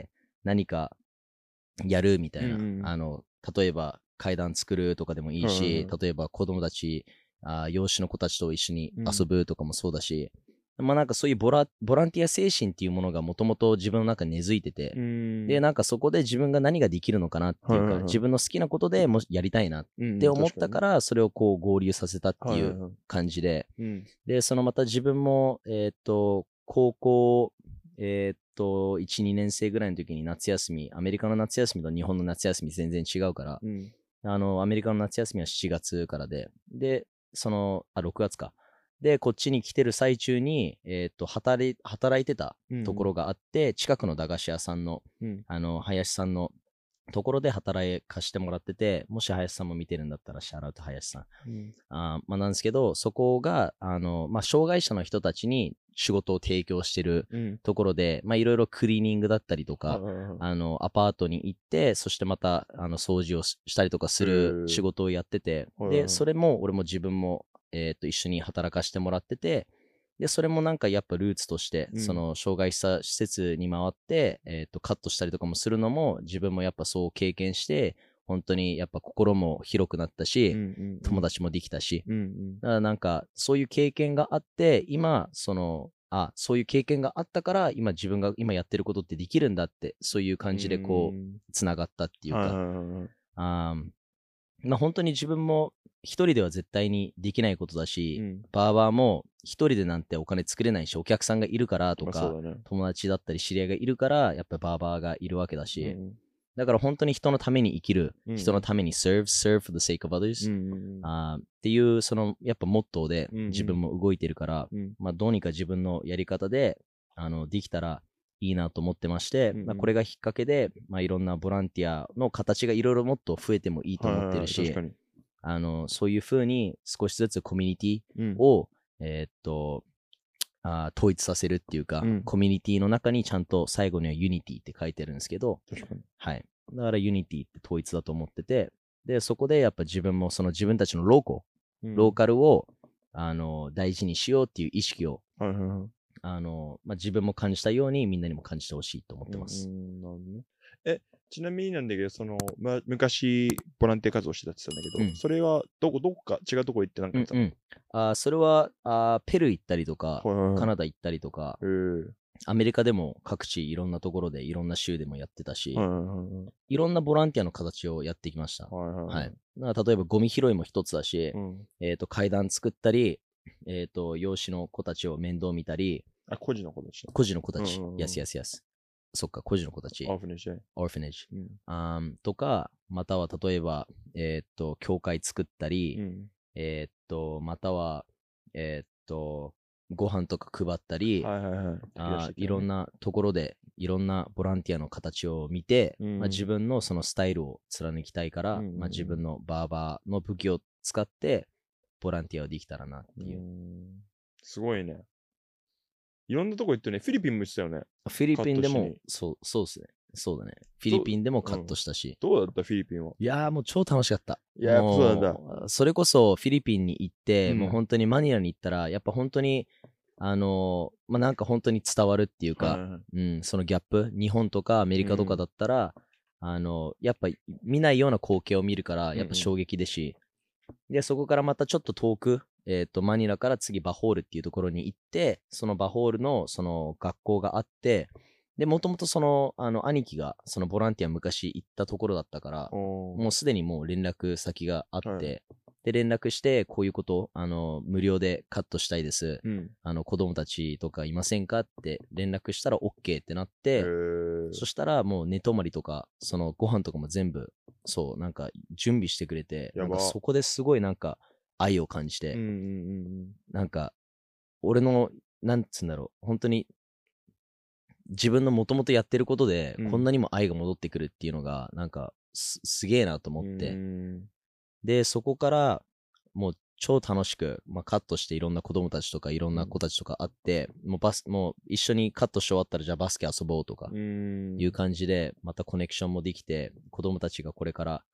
何かやるみたいな、 うんうんあの、例えば階段作るとかでもいいし、 はいはいは例えば子供たち、あ養子の子たちと一緒にうん遊ぶとかもそうだし、まあなんかそういうボラボランティア精神っていうものがもともと自分の中に根付いてて、 うんで、なんかそこで自分が何ができるのかなっていうか、 はいはいはい自分の好きなことでもしやりたいなっうんて思ったから、それをこう合流させたっていうはいはいはい感じで、 うんで、そのまた自分も、えーっと、高校、えーっと、いち、にねん生ぐらいの時に夏休み、アメリカの夏休みと日本の夏休み全然違うから、 うんあの、アメリカの夏休みはしちがつからで、で、その、あ、ろくがつか。で、こっちに来てる最中に、えーっと、働い、働いてたところがあって、近くの駄菓子屋さんの、 うんあの、林さんのところで働かしてもらってて、もし林さんも見てるんだったら、シャラウト林さん。 うんあーまあ、なんですけど、そこが、あの、まあ、障害者の人たちに仕事を提供してるうんところで、まあ、いろいろクリーニングだったりとか、 はいはいはいあの、アパートに行って、そしてまた、あの、掃除をししたりとかすへるー仕事をやってて、 はいはいはいで、それも、俺も自分も、えっと、一緒に働かせてもらってて、で、それもなんかやっぱルーツとして、 うんその、障害者施設に回って、えっと、カットしたりとかもするのも、自分もやっぱそう経験して、本当にやっぱ心も広くなったし、 うんうん友達もできたし、 うんうんだからなんか、そういう経験があって、今、その、あ、そういう経験があったから、今自分が今やってることってできるんだって、そういう感じでこう、 んつながったっていうか、 はいはいはいはいあーまあ本当に自分も一人では絶対にできないことだし、 うんバーバーも一人でなんてお金作れないし、お客さんがいるからとか、 まあそうだね友達だったり知り合いがいるから、やっぱバーバーがいるわけだし、 うんだから本当に人のために生きる、 うん人のために serve, serve for the sake of う others、 んうんあーっていう、その、やっぱモットーでうんうん自分も動いてるから、 うんまあどうにか自分のやり方で、あの、できたらいいなと思ってまして、 うんうんまあこれがきっかけで、まあいろんなボランティアの形がいろいろもっと増えてもいいと思ってるしはいはいはい確か、にあの、そういうふうに少しずつコミュニティうんを、えーっと、あー統一させるっていうか、 うんコミュニティの中にちゃんと最後にはユニティって書いてるんですけど、 確かにはい。だからユニティって統一だと思ってて、で、そこでやっぱ自分もその自分たちのローコ、 うんローカルを、あの、大事にしようっていう意識を、 はいはいはいあの、まあ、自分も感じたようにみんなにも感じてほしいと思ってます。 うんうんなるほどねえちなみになんだけどそのま昔ボランティア活動してたって言ってたんだけどうんそれはどこどこか違うとこ行ってなんかやってたのうんうん。あーそれはあーペルー行ったりとか、 はいはいはいカナダ行ったりとか、 へーアメリカでも各地いろんなところでいろんな州でもやってたし、 はいはいはいいろんなボランティアの形をやってきました。 はいはいはい。だから例えばゴミ拾いも一つだし、 うんえっ、と、階段作ったり、えっ、と、養子の子たちを面倒見たり、 あ個人の子たち孤児の子たちうんうんう、んやすやすやす。そっか、孤児の子たち、 オーフネージねオーファネージ。 うんあーとか、または例えば、えっ、と、教会作ったり、 うんえっ、と、または、えっ、と、ご飯とか配ったり、 はいはいはいあーいろんななところでいろんなボランティアの形を見て、 うんまあ、自分のそのスタイルを貫きたいから、 うんうんうんまあ、自分のバーバーの武器を使ってボランティアをできたらなっていう。 すごいねいろんなとこ行ってねフィリピンも行ってたよねフィリピンでもカットしに、 そう、そうですね。そうだね。フィリピンでもカットしたし。 どうだったフィリピンはいやーもう超楽しかった。 いやーもそうなんだそれこそフィリピンに行って、 うんもう本当にマニラに行ったら、やっぱ本当に、あのーまあ、なんか本当に伝わるっていうか、 はいはいはいうん、そのギャップ、日本とかアメリカとかだったら、あの、やっぱ見ないような光景を見るから、やっぱ衝撃でし、で、そこからまたちょっと遠く、えっ、と、マニラから次バホールっていうところに行って、そのバホールのその学校があって、で、もともとその、あの、兄貴がそのボランティア昔行ったところだったから、 おーもうすでにもう連絡先があって、 はいで、連絡して、こういうこと、あの、無料でカットしたいです。 うんあの、子供たちとかいませんかって連絡したら OK ってなっへて、 ーそしたらもう寝泊まりとか、そのご飯とかも全部、そう、なんか準備してくれて、 やばなんかそこですごいなんか愛を感じて、 うんうんうんなんか、俺の、なんつうんだろう、本当に、自分のもともとやってることで、 うんこんなにも愛が戻ってくるっていうのが、なんかす、すげえなと思って、 うんで、そこから、もう超楽しく、まあ、カットしていろんな子供たちとかいろんな子たちとか会って、もうバス、もう一緒にカットし終わったらじゃあバスケ遊ぼうとかうんいう感じで、またコネクションもできて、子供たちがこれから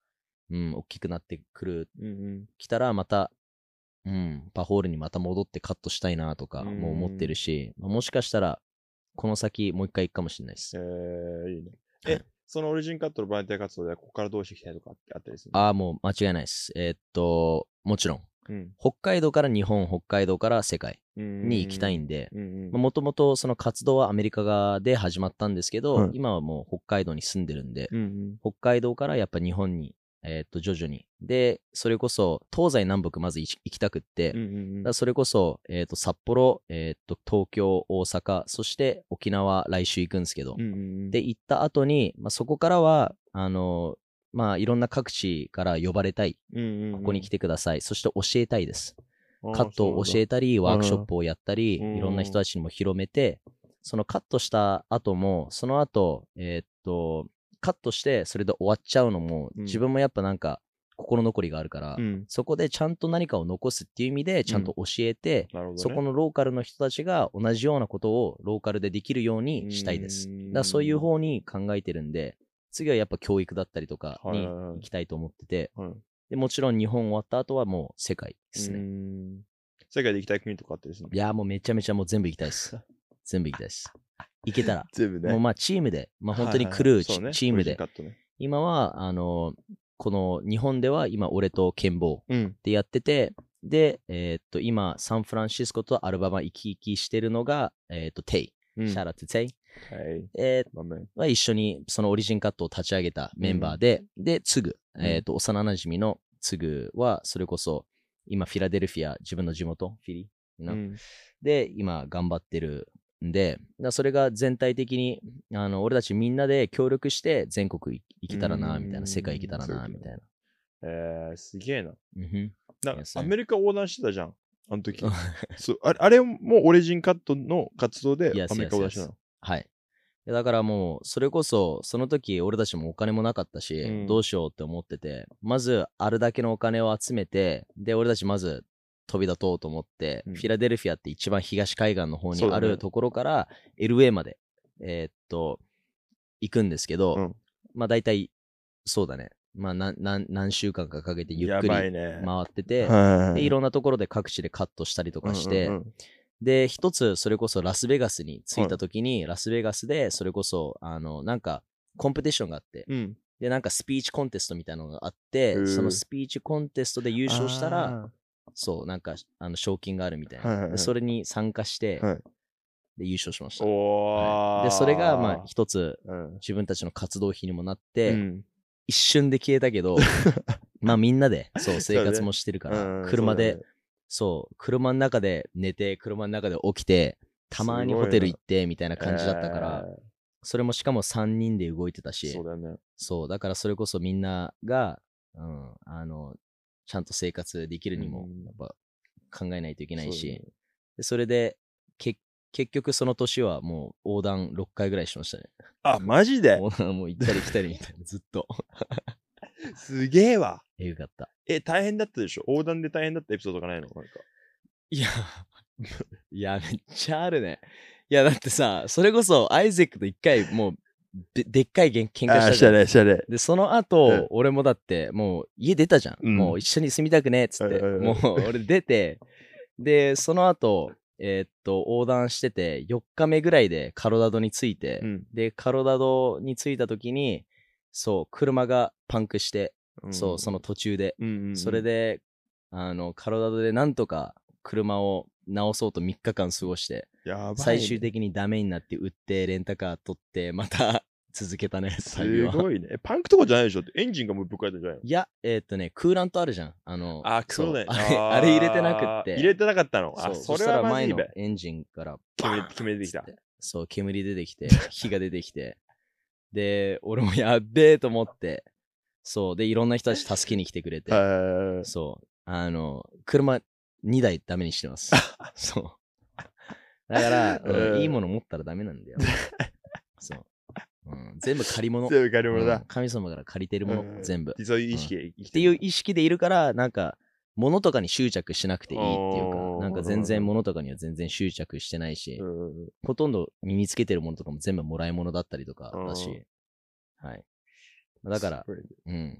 うん、大きくなってくる、 うんうん来たらまた、うん、パホールにまた戻ってカットしたいなとかも思ってるし、まあもしかしたら、この先もう一回行くかもしれないですえ。ー、いいね。えはい、 そのオリジンカットのボランティア活動でここからどうしていきたいとかってあったりするの？ ああ、もう間違いないです。えーっと、もちろん、 うん北海道から日本、北海道から世界うんに行きたいんで、 うんうんもともとその活動はアメリカ側で始まったんですけど、 はい今はもう北海道に住んでるんで、 うんうん北海道からやっぱ日本に、えーっと、徐々に。で、それこそ東西南北まず行きたくって、 うんうんだからそれこそ、えーっと、札幌、えーっと、東京、大阪、そして沖縄来週行くんですけど、 うんうんうんで、行った後に、まあ、そこからは、あの、まあ、いろんな各地から呼ばれたい。 うんうんうんここに来てください。そして教えたいです。 あーカットを教えたり、 そうなんだワークショップをやったり、 うんいろんな人たちにも広めて、そのカットした後も、その後、えーっと、カットしてそれで終わっちゃうのも、 うん自分もやっぱなんか心残りがあるから、 うんそこでちゃんと何かを残すっていう意味で、ちゃんと教えて、 なるほどねそこのローカルの人たちが同じようなことをローカルでできるようにしたいです。 うーんだからそういう方に考えてるんで、次はやっぱ教育だったりとかにはいはいはい行きたいと思ってて、 はいでもちろん日本終わった後はもう世界ですうーね。 ん世界で行きたい国とかあったりするの？ いやーもうめちゃめちゃもう全部行きたいです。全部行きたいです。行けたら。 全部ね。 もうまあチームで、まあ本当にはいはいクルーチ,、 はいそうねチームでオリジンカットね今は、あの、この日本では今俺とケンボーうんでやってて、で、えーっと、今、サンフランシスコとアルバマ行き来してるのが、えーっと、テイ。 うんシャーラトテイ。 はいえーまあめは一緒にそのオリジンカットを立ち上げたメンバーで、で、ツグ、 うんえーっと、幼馴染のツグは、それこそ、今、フィラデルフィア、自分の地元、フィリ、you know？ うんで、今、頑張ってるんで、だからそれが全体的に、あの、俺たちみんなで協力して全国行けたらな、みたいな、世界行けたらな、みたいな。 えー、すげえな。 うんふんなんか Yes, sir. アメリカ横断してたじゃん、あの時。そうあれあれもオリジンカットの活動で Yes, アメリカ yes, 横断してた yes. の。 はい。だからもう、それこそ、その時俺たちもお金もなかったし、 うんどうしようって思ってて、まず、あるだけのお金を集めて、で、俺たちまず飛び立とうと思って、 うんフィラデルフィアって一番東海岸の方にそうだねあるところから、エルエー まで、えーっと、行くんですけど、 うんまあ大体、そうだね。まあ何何何週間かかけてゆっやくりばいね。 回ってて、 はいで、いろんなところで各地でカットしたりとかして、 うんうんうんで、一つ、それこそラスベガスに着いた時に、ラスベガスで、それこそ、あの、なんか、コンペティションがあって、 うんで、なんかスピーチコンテストみたいなのがあっへーて、そのスピーチコンテストで優勝したら、 あそう、なんか、あの、賞金があるみたいな。 はいはいはいで、それに参加して、 はいで、優勝しました。 ーおーはいで、それが、まあ、一つ、 うん自分たちの活動費にもなっうて、 ん一瞬で消えたけど、まあ、みんなで、そう、生活もしてるから、 うん車で、 そうだねそう、車の中で寝て、車の中で起きて、たまにホテル行って、みたいな感じだったから、 えそれもしかもさんにんで動いてたーし、 そうだよね。 そう、だからそれこそみんなが、うん、あの、ちゃんと生活できるにもうん、 やっぱ考えないといけないし、 そうだねでそれで、け結局その年はもう横断ろっかいぐらいしましたね。 あ、マジで横断もう行ったり来たりみたいな、ずっと。 すげえわ。 えぐかった。 え、大変だったでしょ横断で大変だったエピソードとかないのなんか。 いや、いや、めっちゃあるね。いや、だってさ、それこそアイゼックと一回もうで、でっかいげん喧嘩したじゃん。 ね、したね。 で、その後、 うん俺もだって、もう家出たじゃん。 うんもう一緒に住みたくねえっつって。 うんうんうんもう俺出て、で、その後、えーっと、横断してて、よっかめぐらいでカロラドに着いて、 うんで、カロラドに着いた時に、そう、車がパンクして、そう、その途中で、 うんうんうんそれで、あの、カロラドでなんとか車を直そうとみっかかん過ごして、 やばいね最終的にダメになって売って、レンタカー取って、また続けたね、旅は。 すごいね。えパンクとかじゃないでしょってエンジンがもうぶっ壊れたんじゃないのいや、えーっとね、クーラントあるじゃん。あの、 あ、 そうそうだね。 あれあれ入れてなくって。 入れてなかったの。あ、 そうそれはまず前のいべ。 エンジンから煙バーン煙出てきたつってそう、煙出てきて、火が出てきて。で、俺もやっべえと思って、そう、で、いろんな人たち助けに来てくれて、 はいそう、あの、車にだいダメにしてます。そう。だから、うんうんいいもの持ったらダメなんだよ。そう。うん、全部借り物。 全部借り物だうん。神様から借りてるもの、 うん全部。 そういう意識で生きっていう意識でいるから、なんか、物とかに執着しなくていいっていうおーか、なんか全然物とかには全然執着してないし、 うんうんほとんど身につけてるものとかも全部もらい物だったりとかだうし、はい。だから、 すごいねうん。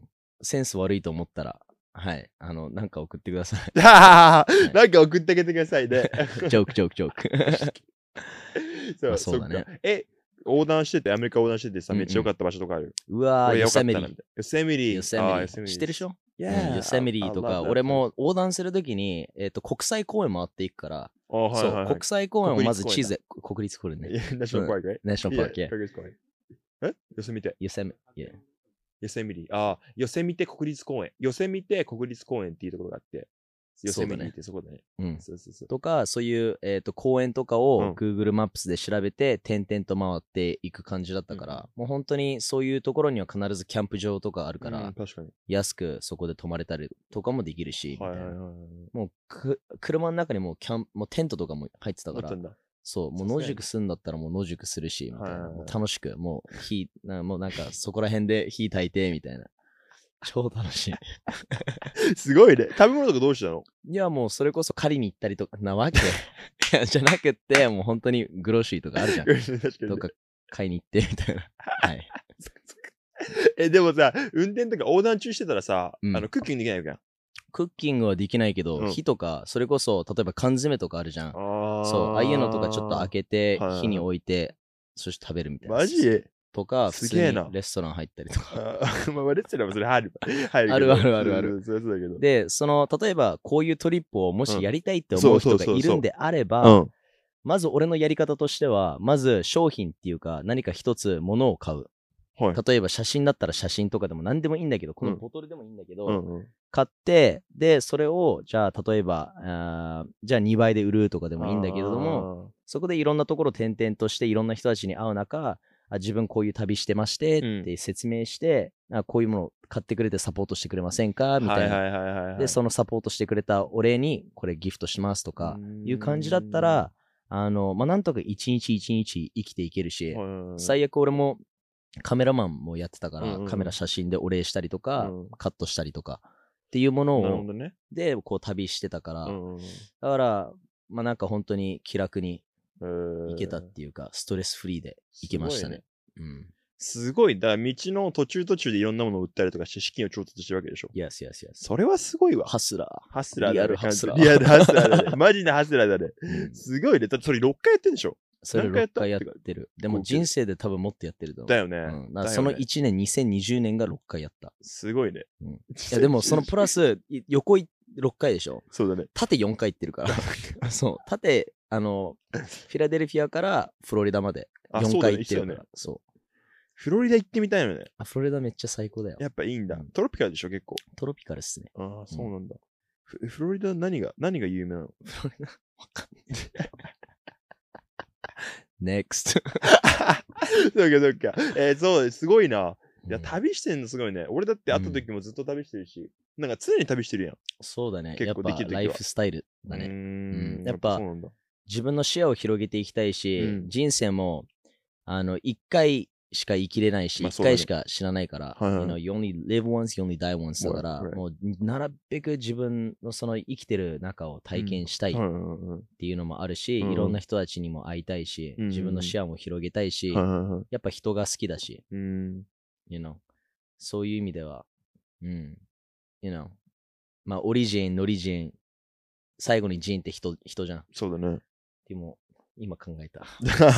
センス悪いと思ったら、はい、あの、なんか送ってください。 なんか送ってあげてくださいね。 ジョーク、ジョーク、ジョーク。 そう、 まあそうだねそっか。え、横断してて、アメリカ横断しててさ、 うんうんめっちゃ良かった場所とかある？ うわー、 これ良かったヨセミリ。 なみたいな。ヨセミリ。 ヨセあーミリ。知ってるでしょ？うん、 Yeah, ヨセミ I- リ I と love か、 that 俺 place. も横断するときに、えっと、国際公園回っていくから、 あ、はいそう、 はいはい。 国際公園をまず国立公園だ地図で、国立公園ね。 ナショナルパーク、ねナショナルパーク、 いや国立公園。えヨセミテ。 ヨセミ、いや、 ヨセミリ。ああ、ヨセミテ国立公園。ヨセミテ国立公園っていうところがあって、ヨセミリってそこだね。 うん。 そうそうそう。 とか、そういう、えっと、公園とかうんを Google マップスで調べて、点々と回っていく感じだったから、 うんもう本当にそういうところには必ずキャンプ場とかあるから、 うん確かに。 安くそこで泊まれたりとかもできるし、みたいな。 はいはいはいはい。 もうく車の中にもうキャンもうテントとかも入ってたからあったん、だ。 そう、もう野宿するんだったらもう野宿するし、みたいな。 はいはいはいもう楽しく、もう火、なもうなんかそこら辺で火焚いて、みたいな。超楽しい。 すごいね。食べ物とかどうしたの？ いや、もうそれこそ狩りに行ったりとかなわけ。いや、じゃなくって、もう本当にグロシーとかあるじゃん。 確かにとか買いに行って、みたいな。はい。 え、でもさ、運転とか横断中してたらさ、 うんあのクッキングできないわけやん。 クッキングはできないけど、 うん火とか、それこそ、例えば缶詰とかあるじゃん。 あそう、ああいうのとかちょっと開けてはいはいはい、 火に置いて、そして食べるみたいな。 マジとか、普通にすげえなレストラン入ったりとか。 あーまあ、レッツラもそれ入る。入るけどあるあるあるあるそうそうそうだけど。 で、その、例えば、こういうトリップをもしやりたいってうん思う人そうそうそうそうがいるんであれうば、 ん。 まず俺のやり方としては、まず商品っていうか、何か一つ物を買う。 はい。 例えば写真だったら写真とかでも何でもいいんだけど、このうんボトルでもいいんだけど、 うんうん。 買って、で、それを、じゃあ、例えば、あーじゃあにばいで売るとかでもいいんだけれども、そこでいろんなところを転々として、いろんな人たちに会う中、あ自分こういう旅してましてって説明して、あこういうものを買ってくれてサポートしてくれませんかみたいな。 はいはいはいはいはい。 で、そのサポートしてくれたお礼に、これギフトしますとか、いう感じだったら、あの、まあ、なんとか一日一日生きていけるし、最悪俺もカメラマンもやってたから、 うんうんうんカメラ写真でお礼したりとか、 うんカットしたりとかっていうものをなるほどね。 でこう旅してたから、 うんうんだからまあなんか本当に気楽にうん行けたっていうか、ストレスフリーで行けましたね。うん。 すごい。だから道の途中途中でいろんなものを売ったりとかして資金を調達してるわけでしょ。 Yes, yes, yes. それはすごいわ。 ハスラー。 ハスラーだね。 リアルハスラーリアルハスラーだね。マジなハスラーだね。 うんすごいね。だってそれろっかいやってんでしょ。 それ何回やったろっかいやってる。でも人生で多分もっとやってると思う。 だよね。 うん、だかだよねらそのいちねん、にせんにじゅうねんがろっかいやった。 すごいね。 うんいやでもそのプラス、い横いろっかいでしょ。 そうだね。 縦よんかい行ってるから。そう。縦、あの、フィラデルフィアからフロリダまでよんかい行ってるから。そう。 フロリダ行ってみたいよね。 あ、フロリダめっちゃ最高だよ。 やっぱいいんだうん。 トロピカルでしょ、結構。 トロピカルっすね。 ああ、そうなんだ。フフロリダ何が、何が有名なの？ フロリダ、わかんない。NEXT。 そうか、そうか。えー、そうです。すごいな。いや、 うん旅してんのすごいね。俺だって会った時もずっと旅してるし、なんか常に旅してるやん。 そうだね。 結構やっぱできる時はライフスタイルだうーね。 んうんやっぱそうなんだ。 自分の視野を広げていきたいし、 うん人生も、あの、一回しか生きれないし、一、 まあそうだね回しか知らないから、 はいはい you know, you only live once, you only die once だから、 Right, right. もう、なるべく自分のその生きてる中を体験したいっはいはいはいていうのもあるし、 うんいろんな人たちにも会いたいし、 うん自分の視野も広げたいし、 はいはいはい。 やっぱ人が好きだし、 うーん。 you know, そういう意味では、うん、you know, まあ、オリジン、ノリジン、最後にジンって人、人じゃん。 そうだね。 でも、今考えた。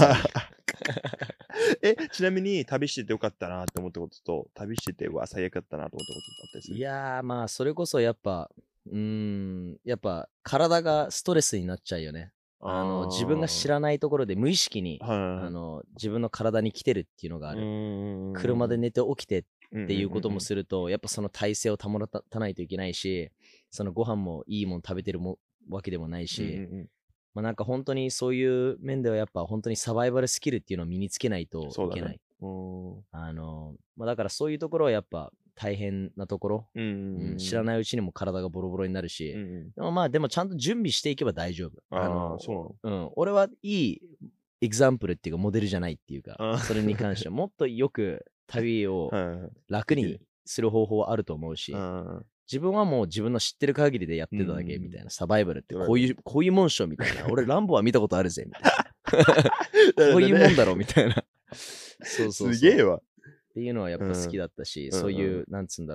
え、ちなみに旅しててよかったなって思ったことと、旅しててうわ、最悪だったなと思ったことあったりする？ いやー、まあ、それこそやっぱ、うーん、やっぱ体がストレスになっちゃうよね。あの自分が知らないところで無意識に、 はいはいはいあの自分の体に来てるっていうのがある。 る車で寝て起きてっっていうこともすると、やっぱその体勢を保たないといけないし、そのご飯もいいもん食べてるもわけでもないし、 うんうんうんまあなんか本当にそういう面ではやっぱ本当にサバイバルスキルっていうのを身につけないといけない。 うんあの、まあだからそういうところはやっぱ大変なところ、 うんうんうん知らないうちにも体がボロボロになるし、 うんうんでもまあでもちゃんと準備していけば大丈夫。 あのの、そううん、俺はいいエグザンプルっていうかモデルじゃないっていうかあー、 それに関してはもっとよく旅をなの。はいはい楽にする方法はあると思うし、 あ自分はもう自分の知ってる限りでやってただけうんみたいな、サバイバルってうんこういう、こういうもんしょみたいな。俺ランボは見たことあるぜみたいな。 ーこういうもんだろみたいな。そうそうそう。 すげえわ。 っていうのはやっぱ好きだったし、 うんそういう、なんつうんだろ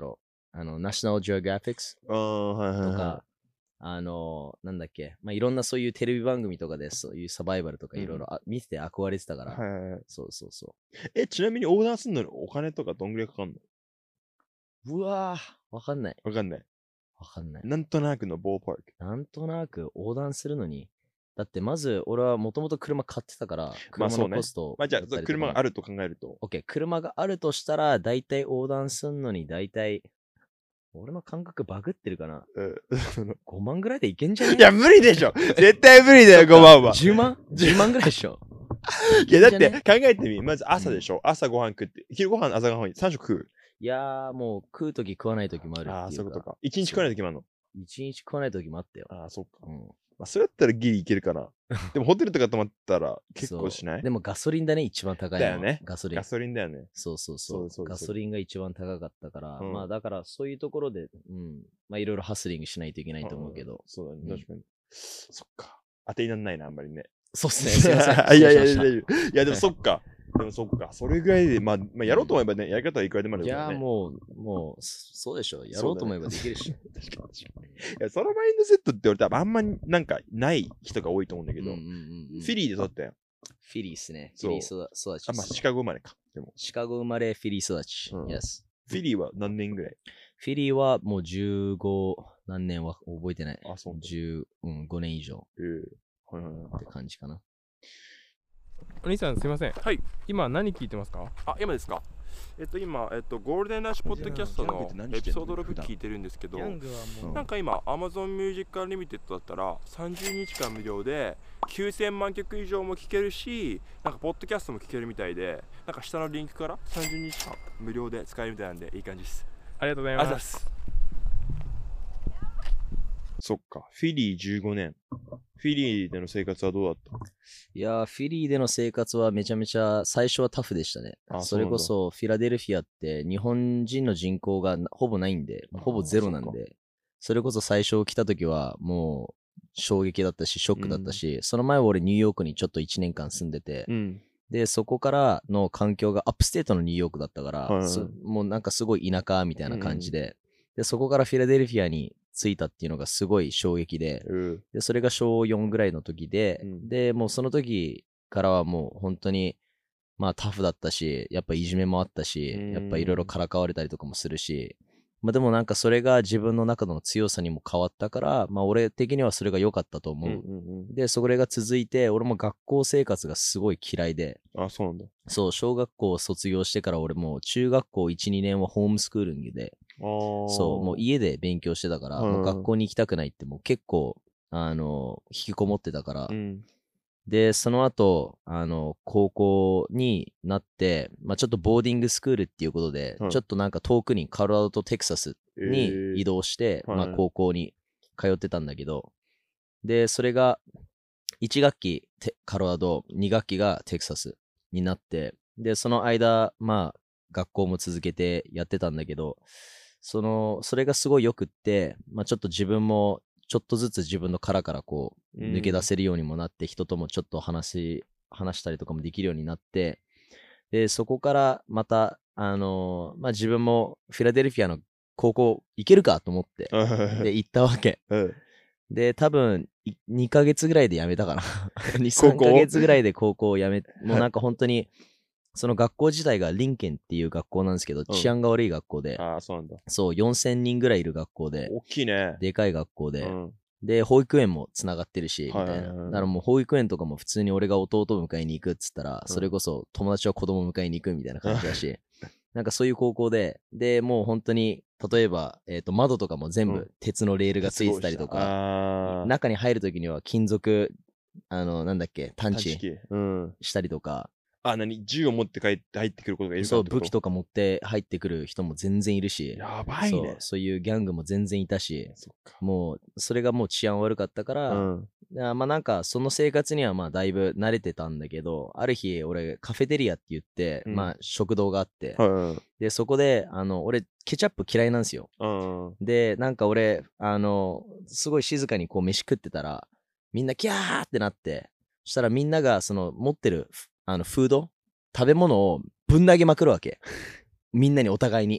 あの、ナショナルジオグラフィックスああ、はいはいはい。 とか、あの、なんだっけ、まあ、いろんなそういうテレビ番組とかで、そういうサバイバルとかいろいろあ見てて憧れてたから、 はいはいはい。 そうそうそえ、ちなみに横断するのにお金とかどんぐらいかかるの？ う。うわぁ、わかんない。 わかんない。 わかんない。 なんとなくのボーパーク。 なんとなく横断するのに、だってまず俺はもともと車買ってたから、 まあ車そうねのコストまあじゃあだったりとかも車があると考えると。 オッケー、車があるとしたら、だいたい横断すんのに、だいたい、俺の感覚バグってるかなうん ?ご 万ぐらいでいけんじゃねいや、無理でしょ。絶対無理だよ、ごまんは。 じゅうまん ?じゅう 万ぐらいでしょ。 いや、だっていいんじゃね考えてみ。まず朝でしょ。朝ご飯食って。昼ご飯、朝ご飯、さん食食う。 いやー、もう食うとき食わないときもあるっていうか。 ああ、そういうことか。いちにち食わないときもあるの。 一日食わないときもあったよ。 ああ、そっか。 うん。 まあ、それだったらギリいけるかな。でもホテルとか泊まったら結構しないそうでもガソリンだね、一番高いのは。 だよねガソリンガ。ソリンだよね。 そうそうそう。 そうそうそうガソリンが一番高かったから、 うんまあだからそういうところで、うん。まあいろいろハスリングしないといけないと思うけど。 んそうだね、 うん確かに。そっか。当てになんないな、あんまりね。 そうっすね、すいません。 いやいやい失礼しましたやいやいや、でもそっか。でもそっか。それぐらいで、まあ、まあ、やろうと思えばね、やり方はいくらでもあるいからね。 やーもう、もう、そうでしょ。やろうと思えばできるし。 確かに確かに。いや、そのマインドセットって俺多分あんまなんかない人が多いと思うんだけど、 うんうんうんうんフィリーで育ったよ。 フィリーっすね。フそうィリー育育ちあ、 っす。 まあシカゴ生まれか。でも、 シカゴ生まれ、フィリー育ち。 うん Yes。 フィリーは何年ぐらいフィリーはもうじゅうご何年は覚えてない。 あ、そうなんだ。 じゅう、うん、ごねん以上ええはいはいはいって感じかな。 お兄さんすいません。 はい。 今何聞いてますか？ あ、今ですか。えっと今、えっと、ゴールデンラッシュポッドキャストギャングっのて何してんのエピソードろく聞いてるんですけど、 ヤングはもう、 なんか今 Amazon Music Unlimited だったらさんじゅうにちかん無料できゅうせんまんきょく以上も聴けるし、なんかポッドキャストも聴けるみたいで、なんか下のリンクからさんじゅうにちかん無料で使えるみたいなんでいい感じです。 ありがとうございありがとうございま。 ますす。 そっか。フィリーじゅうごねん。フィリーでの生活はどうだったいやー、フィリーでの生活はめちゃめちゃ最初はタフでしたね。 あそれこそフィラデルフィアって日本人の人口がほぼないんで、ほぼゼロなんそっで、それこそ最初来た時はもう衝撃だったし、ショックだったし、その前は俺ニューヨークにちょっといちねんかん住んでて、 うん。 で、そこからの環境がアップステートのニューヨークだったから、 はいはいそもうなんかすごい田舎みたいな感じで、で、そこからフィラデルフィアに着いたっていうのがすごい衝撃で、 うん。 で、それがしょうよんぐらいの時で、 うんで、もうその時からはもう本当に、まあタフだったし、やっぱいじめもあったしうん、 やっぱいろいろからかわれたりとかもするし、まあでもなんかそれが自分の中の強さにも変わったから、まあ俺的にはそれが良かったと思う。 うんうんうん。 で、それが続いて、俺も学校生活がすごい嫌いで、 あ、そうなんだ。 そう、小学校を卒業してから俺もう中学校いち、にねんはホームスクールングで、 あーそう、もう家で勉強してたから、 うんもう学校に行きたくないってもう結構、あの、引きこもってたから、 うん。 で、その後、あの、高校になって、まあちょっとボーディングスクールっていうことで、 うんちょっとなんか遠くにカロラドとテキサスにえー移動して、 はいまあ高校に通ってたんだけど、で、それがいち学期テカロラド、に学期がテキサスになって、で、その間、まあ学校も続けてやってたんだけど、その、それがすごいよくって、まあちょっと自分もちょっとずつ自分の殻からこううん抜け出せるようにもなって、人ともちょっと話話したりとかもできるようになって、でそこからまたあのーまあ自分もフィラデルフィアの高校行けるかと思ってで行ったわけうん。 で多分いにかげつぐらいで辞めたかなに、3 高校ヶ月ぐらいで高校を辞めもうなんか本当にその学校自体がリンケンっていう学校なんですけど、治安が悪い学校で、 ああ、そうなんだ。 そうよんせんにんぐらいいる学校で、 大きいね。 でかい学校で、 うん。 で、保育園もつながってるし、みたいな。 はいはいはいだからもう保育園とかも普通に俺が弟を迎えに行くっつったら、 うんそれこそ友達は子供を迎えに行くみたいな感じだし、なんかそういう高校で、で、もう本当に、例えば、えっと、窓とかも全うん部鉄のレールがついてたりとか、 ああ。 中に入るときには金属、あの、なんだっけ、探知探知機。うん。 したりとか、 あ、何銃を持って帰って入ってくることがいるかそう、 ってこと武器とか持って入ってくる人も全然いるし、 やばいそうね。 そういうギャングも全然いたし、 そっか。 もう、それがもう治安悪かったから、 うん。 あまあなんかその生活にはまあだいぶ慣れてたんだけど、ある日俺カフェテリアって言って、 うんまあ食堂があって、 はい。 でそこであの俺ケチャップ嫌いなんですよ。 うん。 でなんか俺あのすごい静かにこう飯食ってたらみんなキャーってなって、そしたらみんながその持ってるあのフード食べ物をぶん投げまくるわけ。みんなにお互いに。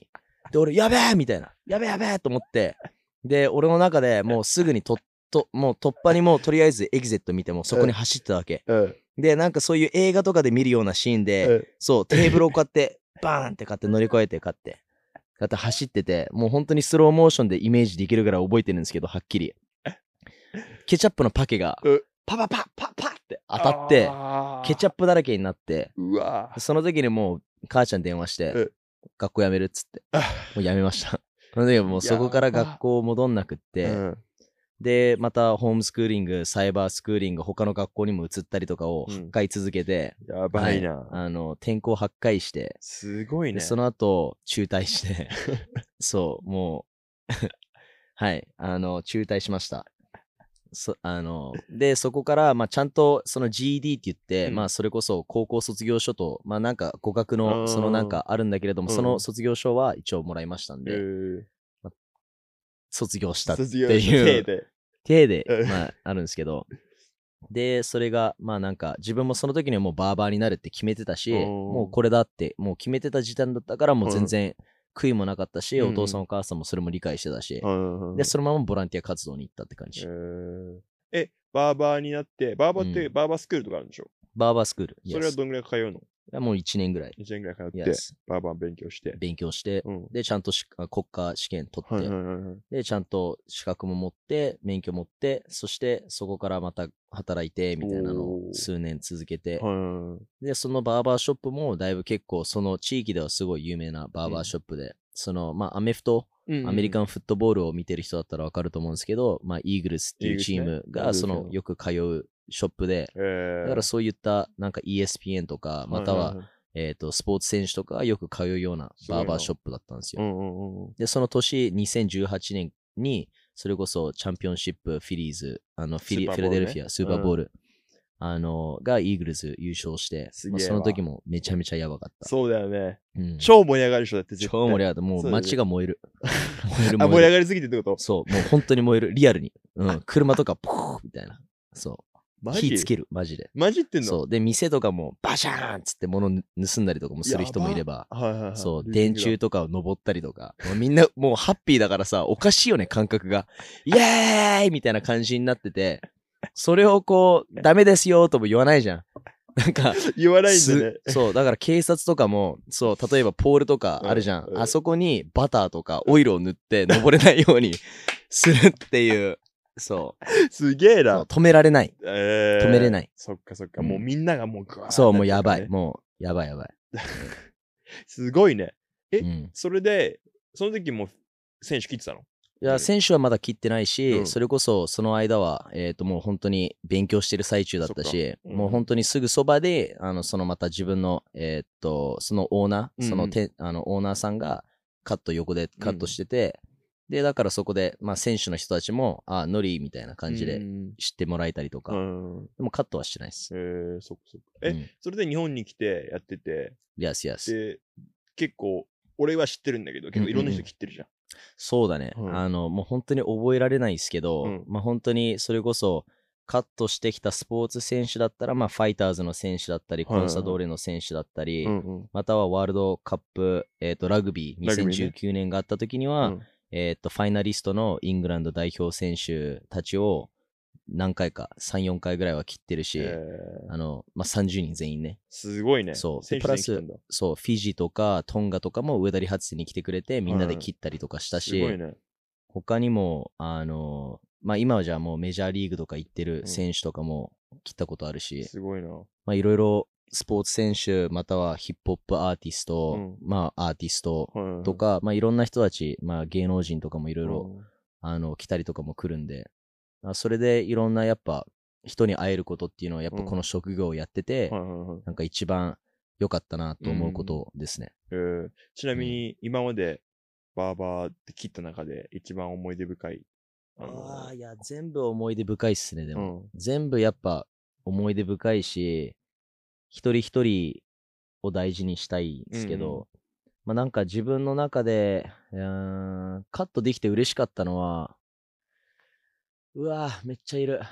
で、俺、やべえみたいな。やべえやべえと思って、で、俺の中でもうすぐにと、ともう突破にもうとりあえずエグゼット見てもそこに走ってたわけ。 うん。 で、なんかそういう映画とかで見るようなシーンで、 うんそう、テーブルをこうやって、バーンって買って乗り越えて買って、こうやって走ってて、もう本当にスローモーションでイメージできるぐらい覚えてるんですけど、はっきり。ケチャップのパケがうん、 パパパパパって当たって、ケチャップだらけになって、 うわその時にもう母ちゃん電話して、 うん学校辞めるっつって、 あもう辞めました。その時もうそこから学校戻んなくって、 うんで、またホームスクーリング、サイバースクーリング、他の学校にも移ったりとかをうんはちかい続けて、 やばいな。 はいあの、転校はちかいして、 すごいね。 でその後、中退して、そう、もう、はい、あの、中退しました。そあので、そこから、まあ、ちゃんとその ジーイーディー って言って、 うんまあ、それこそ高校卒業証と、まあ、なんか語学うんの、そのなんかあるんだけれども、 うんその卒業証は一応もらいましたんえで、 ー卒業したって卒業しいうてで。 体でう、んまあ、あるんですけど、で、それが、まあなんか、自分もその時にはもうバーバーになるって決めてたし、 おーもうこれだって、もう決めてた時点だったから、もう全然悔いもなかったし、 うんお父さんお母さんもそれも理解してたし、 うんで、そのままボランティア活動に行ったって感じ。 えーえ、バーバーになって、バーバーってうんバーバースクールとかあるんでしょ？ バーバースクール。 それは Yes どんぐらい通うの？ いやもういちねんぐらい。 いちねんぐらい通って、 Yes バーバー勉強して。 勉強して、 うんで、ちゃんとしあ国家試験取って、 はいはいはいはい。 で、ちゃんと資格も持って、免許持って、そしてそこからまた働いて、みたいなのをおー数年続けて、 はいはいはいで、そのバーバーショップもだいぶ結構その地域ではすごい有名なバーバーショップで、その、まあ、アメフト、 うんアメリカンフットボールを見てる人だったらわかると思うんですけど、まあ、イーグルスっていうチームが、 イーグルスねイーグルスそのの、よく通うショップで、 えーだからそういったなんか イーエスピーエヌ とか、または、 いいいえっと、スポーツ選手とかがよく通うようなすごいなバーバーショップだったんですよ。 うんうんうん。 で、その年、にせんじゅうはちねんに、それこそチャンピオンシップ、フィリーズ、あのフィリ、フィスーパーボールねラデルフィア、スーパーボール、あの、がイーグルス優勝して、まあ、 すげえわその時もめちゃめちゃやばかった。 そうだよね。 うん超盛り上がる人だって絶対。 超盛り上がった。もうそうだよね街が燃える。燃えるあ、盛燃える。 り上がりすぎてってこと？ そう、もう本当に燃える。リアルに。うん。車とか、ポーみたいな。そう。 マジ火つける、マジで。 マジってんの？ そう。で、店とかもバシャーンっつって物盗んだりとかもする人もいれば、 はいはいはい。 そう、電柱とかを登ったりとか、もうみんなもうハッピーだからさ、おかしいよね、感覚が。イエーイみたいな感じになってて、それをこう、ダメですよとも言わないじゃん。なんか、 言わないんだね。 すそう、だから警察とかも、そう、例えばポールとかあるじゃん。 うんうんあそこにバターとかオイルを塗って登れないようにするっていう、そう。 すげえそうな。 止められない。 えー止めれない。 そっかそっか。 うんもうみんながもうグワーそう、もうやばい。 なってるもう、やばいやばい。 からねすごいね。えうんそれで、その時も選手切ってたの？ いや、選手はまだ切ってないし、 うんそれこそその間は、えっ、と、もう本当に勉強してる最中だったそし、 っかうんもう本当にすぐそばで、あの、そのまた自分の、えっ、と、そのオーナー、そのて、あの、オーナーさんがカット横でカットしてて、で、だからそこで、まあ、選手の人たちも、あ、ノリみたいな感じでうん知ってもらえたりとか、 うん。 でもカットはしてないです。 えー、そっかそっか。え、 うん、 それで日本に来てやってて、 Yes, yes. で、結構、俺は知ってるんだけど、結構いろんな人切ってるじゃん。 そうだね、 うんあの、もう本当に覚えられないですけど、 うんまあ本当にそれこそ、カットしてきたスポーツ選手だったら、まあ、ファイターズの選手だったり、 はいはいはいコンサドーレの選手だったり、 うんうんまたはワールドカップ、えー、とラグビーラグビーねにせんじゅうきゅうねんがあった時には、 うんえー、とファイナリストのイングランド代表選手たちを何回か、さん、よんかいぐらいは切ってるし、 えーあのまあ、さんじゅうにん全員ね。 すごいね。 そう選手でプラス全員切ったんだそう、フィジーとかトンガとかも上田理髪店に来てくれて、みんなで切ったりとかしたし、 すごいね。 他にも、あのまあ、今はじゃあもうメジャーリーグとか行ってる選手とかも切ったことあるし、 すごいな。 まあ、いろいろスポーツ選手、またはヒップホップアーティスト、 うんまあアーティストはいはいはいとか、まあいろんな人たち、まあ芸能人とかもいろいろ、 うんあの、来たりとかも来るんで、あそれでいろんなやっぱ人に会えることっていうのはやっぱこの職業をやってて、 はいはいはいなんか一番良かったなと思うことですね。 えーちなみに、今までバーバーって切った中で一番思い出深い。あのああ、いや、全部思い出深いっすね、でも。 うん全部やっぱ思い出深いし、一人一人を大事にしたいんですけど、 うんうんまあなんか自分の中で、うーんカットできて嬉しかったのは、うわぁ、めっちゃいる。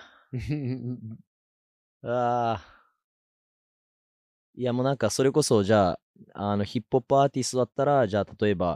うわぁ。いやもうなんかそれこそじゃあ、あのヒップホップアーティストだったら、じゃあ例えば、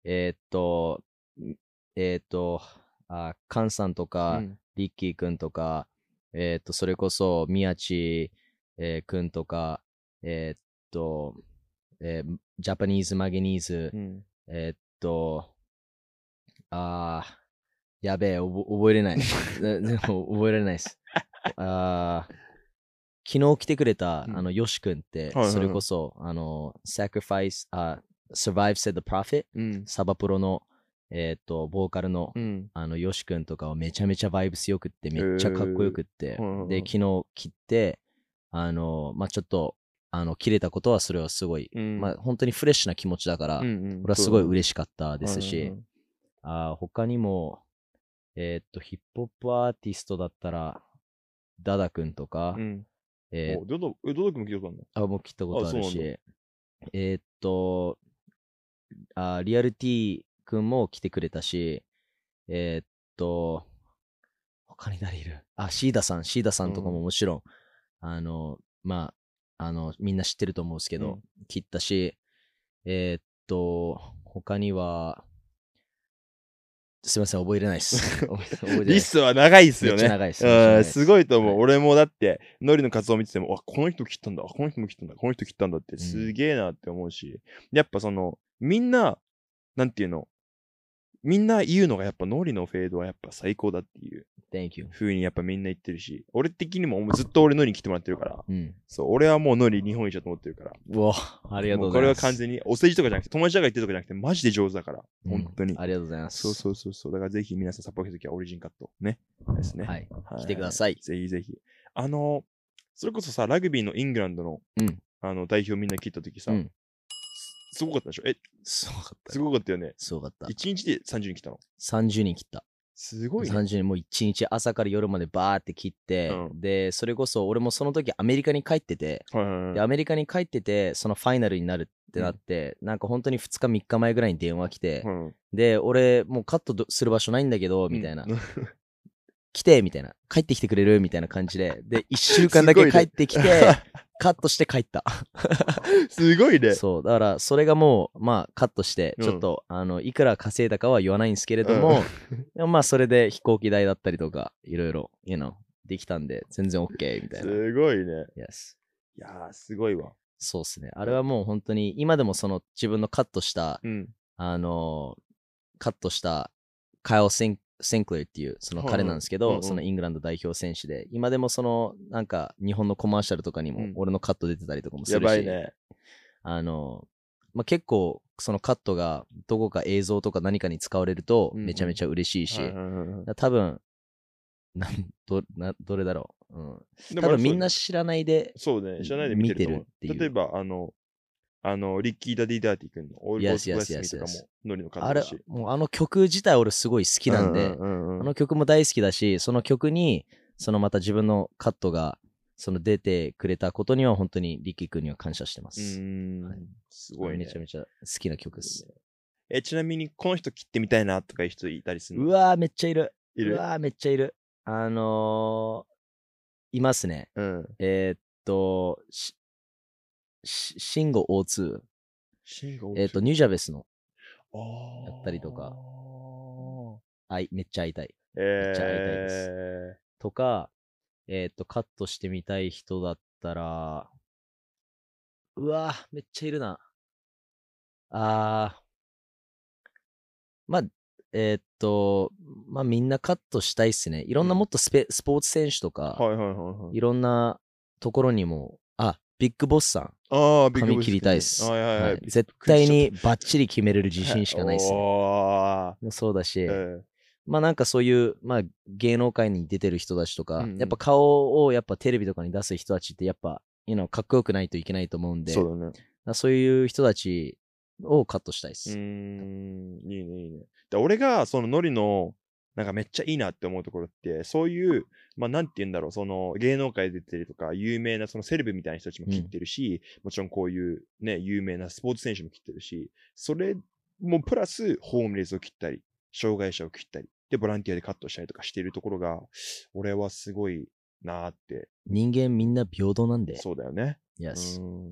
えーっと、えーっと、あ、カンさんとうか、 んリッキーくんとか、えーっと、それこそ、宮地、えー、くんとか、えーっと、えージャパニーズ、マゲニーズ、 うんえーっと、あー、やべえ、おぼ覚えれない。ででも覚えられないです。あー昨日来てくれた、 うんあの、ヨシ君って、 はいはいはいそれこそ、あの、Sacrifice、あ、Survive Said the Prophet、 うんサバプロの、えーっと、ボーカルの、 うんあの、ヨシ君とかはめちゃめちゃバイブスよくって、めっちゃかっこよくって、 はいはいはいで、昨日切って、あの、まあ、ちょっと、あの、切れたことは、それはすごい、 うんまあ、本当にフレッシュな気持ちだから、 うんうん俺はすごいそう嬉しかったですし、 だねはいはいはいあー他にも、えーっと、ヒップホップアーティストだったら、ダダ君とか、 うんえーおどどえどどくも聞いたことあるのあ、もう切ったことあるあそうなんし、えーっと、あ、リアル T 君も来てくれたし、えーっと、他に誰いるあ、シーダさん、シーダさんとかももちろん、あの、まあ、あの、みんな知ってると思うんですけど、切ったし、えーっと、他には、すいません、覚えれないです。覚え覚えれないリですストは長いっすよね。 めっちゃ長いっすめっちゃ長いうんですすごいと思う。 はい俺もだって、ノリの活動を見てても、あ、この人切ったんだ、この人も切ったんだ、この人切ったんだって、すげえなって思うし、やっぱその、みんな、なんていうの、みんな言うのがやっぱノリのフェードはやっぱ最高だっていう Thank you。 風にやっぱみんな言ってるし、俺的にももうずっと俺ノリに来てもらってるから、 うん。 そう、俺はもうノリ日本一だと思ってるから、 うわ、ありがとうもうこれございます。 は完全にお世辞とかじゃなくて、友達が言ってるとかじゃなくて、マジで上手だから、 うん本当に。 ありがとうございます。 そうそうそうそう。だからぜひ皆さんサポートするときはオリジンカットね。ですね。 はい。 は来てください。 ぜひぜひ。あの、それこそさ、ラグビーのイングランドの,、 うんあの代表みんな切ったときさ、 うんすすごかったでしょえ、 すごかったすよ。 ごかったよね。 すごかった。 いちにちでさんじゅうにん来たの。 さんじゅうにん切った。 すごいね。 さんじゅうにんもういちにち朝から夜までバーって切って、 うんで、それこそ俺もその時アメリカに帰ってて、 はいはいはいで、アメリカに帰ってて、そのファイナルになるってなって、なんか本当にふつかみっかまえぐらいに電話来て、 うんで、俺もうカットどする場所ないんだけど、みたいな。 うん来てみたいな。帰ってきてくれるみたいな感じで。で、いっしゅうかんだけ帰ってきて、カットして帰った。 すごいね。 そう。だから、それがもう、まあ、カットして、 うんちょっと、あの、いくら稼いだかは言わないんですけれども、でもまあ、それで飛行機代だったりとか、いろいろ、you know、できたんで、全然 OK みたいな。 すごいね。 Yes。 いやー、すごいわ。 そうっすね。あれはもう本当に、今でもその自分のカットした、 うん。 あの、カットしたカイル・センセンクレーっていうその彼なんですけど、 はいはいうんうんそのイングランド代表選手で、今でもそのなんか日本のコマーシャルとかにうんも俺のカット出てたりとかもすやるし、 ばいね。 あの、まあ、結構そのカットがどこか映像とか何かに使われるとうんうんめちゃめちゃ嬉しいし、 はいはいはいはいだ多分なんどなどれだろう、うん、 でもあれ多分みんなそう知らないでそうね、知らないで見てると思う見てるっていう例えば、あの、あの、リッキー・ダディ・ダーティ君のオール・ Yes, オー yes, ス・ブレス・ミ yes, とか yes. もノリの方あれだし。 もうあの曲自体俺すごい好きなんで、 うんうんうんうんあの曲も大好きだし、その曲に、そのまた自分のカットが、その出てくれたことには本当にリッキー君には感謝してまうす。 ーんはいすごいね。 めちゃめちゃ好きな曲です。 え、ちなみに、この人切ってみたいなとかいう人いたりするのうわー、めっちゃいる。 いるうわー、めっちゃいる。あのー、いますね。 うん。 えー、っと、し、しシンゴ オーツー。 シンゴえー、っと、ニュージャベスの、 あーやったりとかあい、めっちゃ会いたい。 えっちゃ会いたいですー、 とか、えー、っと、カットしてみたい人だったら、うわー、めっちゃいるな。あー、まあ、えー、っと、まあみんなカットしたいっすね。いろんなもっとスペ、スポーツ選手とか、 はいはいはいはい。 いろんなところにも、あ、ビッグボスさん、 ああ、ビッグボス髪切りたいっす。 はいはいはい。 絶対にバッチリ決めれる自信しかないっすね。 おもうそうだし、 ーえまあなんかそういう、まあ芸能界に出てる人たちとか、 うんうんやっぱ顔をやっぱテレビとかに出す人たちってやっぱ、you know、かっこよくないといけないと思うんで、 ーそうだね。 だそういう人たちをカットしたいっうす。 ーん、いいね、いいね。で俺が、そのノリの、なんかめっちゃいいなって思うところって、そういう、まあなんて言うんだろう、その芸能界で出てるとか、有名なそのセレブみたいな人たちも切ってるし、もちろんこういうね、有名なスポーツ選手も切ってるし、それもプラス、ホームレスを切ったり、障害者を切ったり、で、ボランティアでカットしたりとかしているところが、俺はすごいなーって、 人間みんな平等なんで。 そうだよね。 Yes。 うん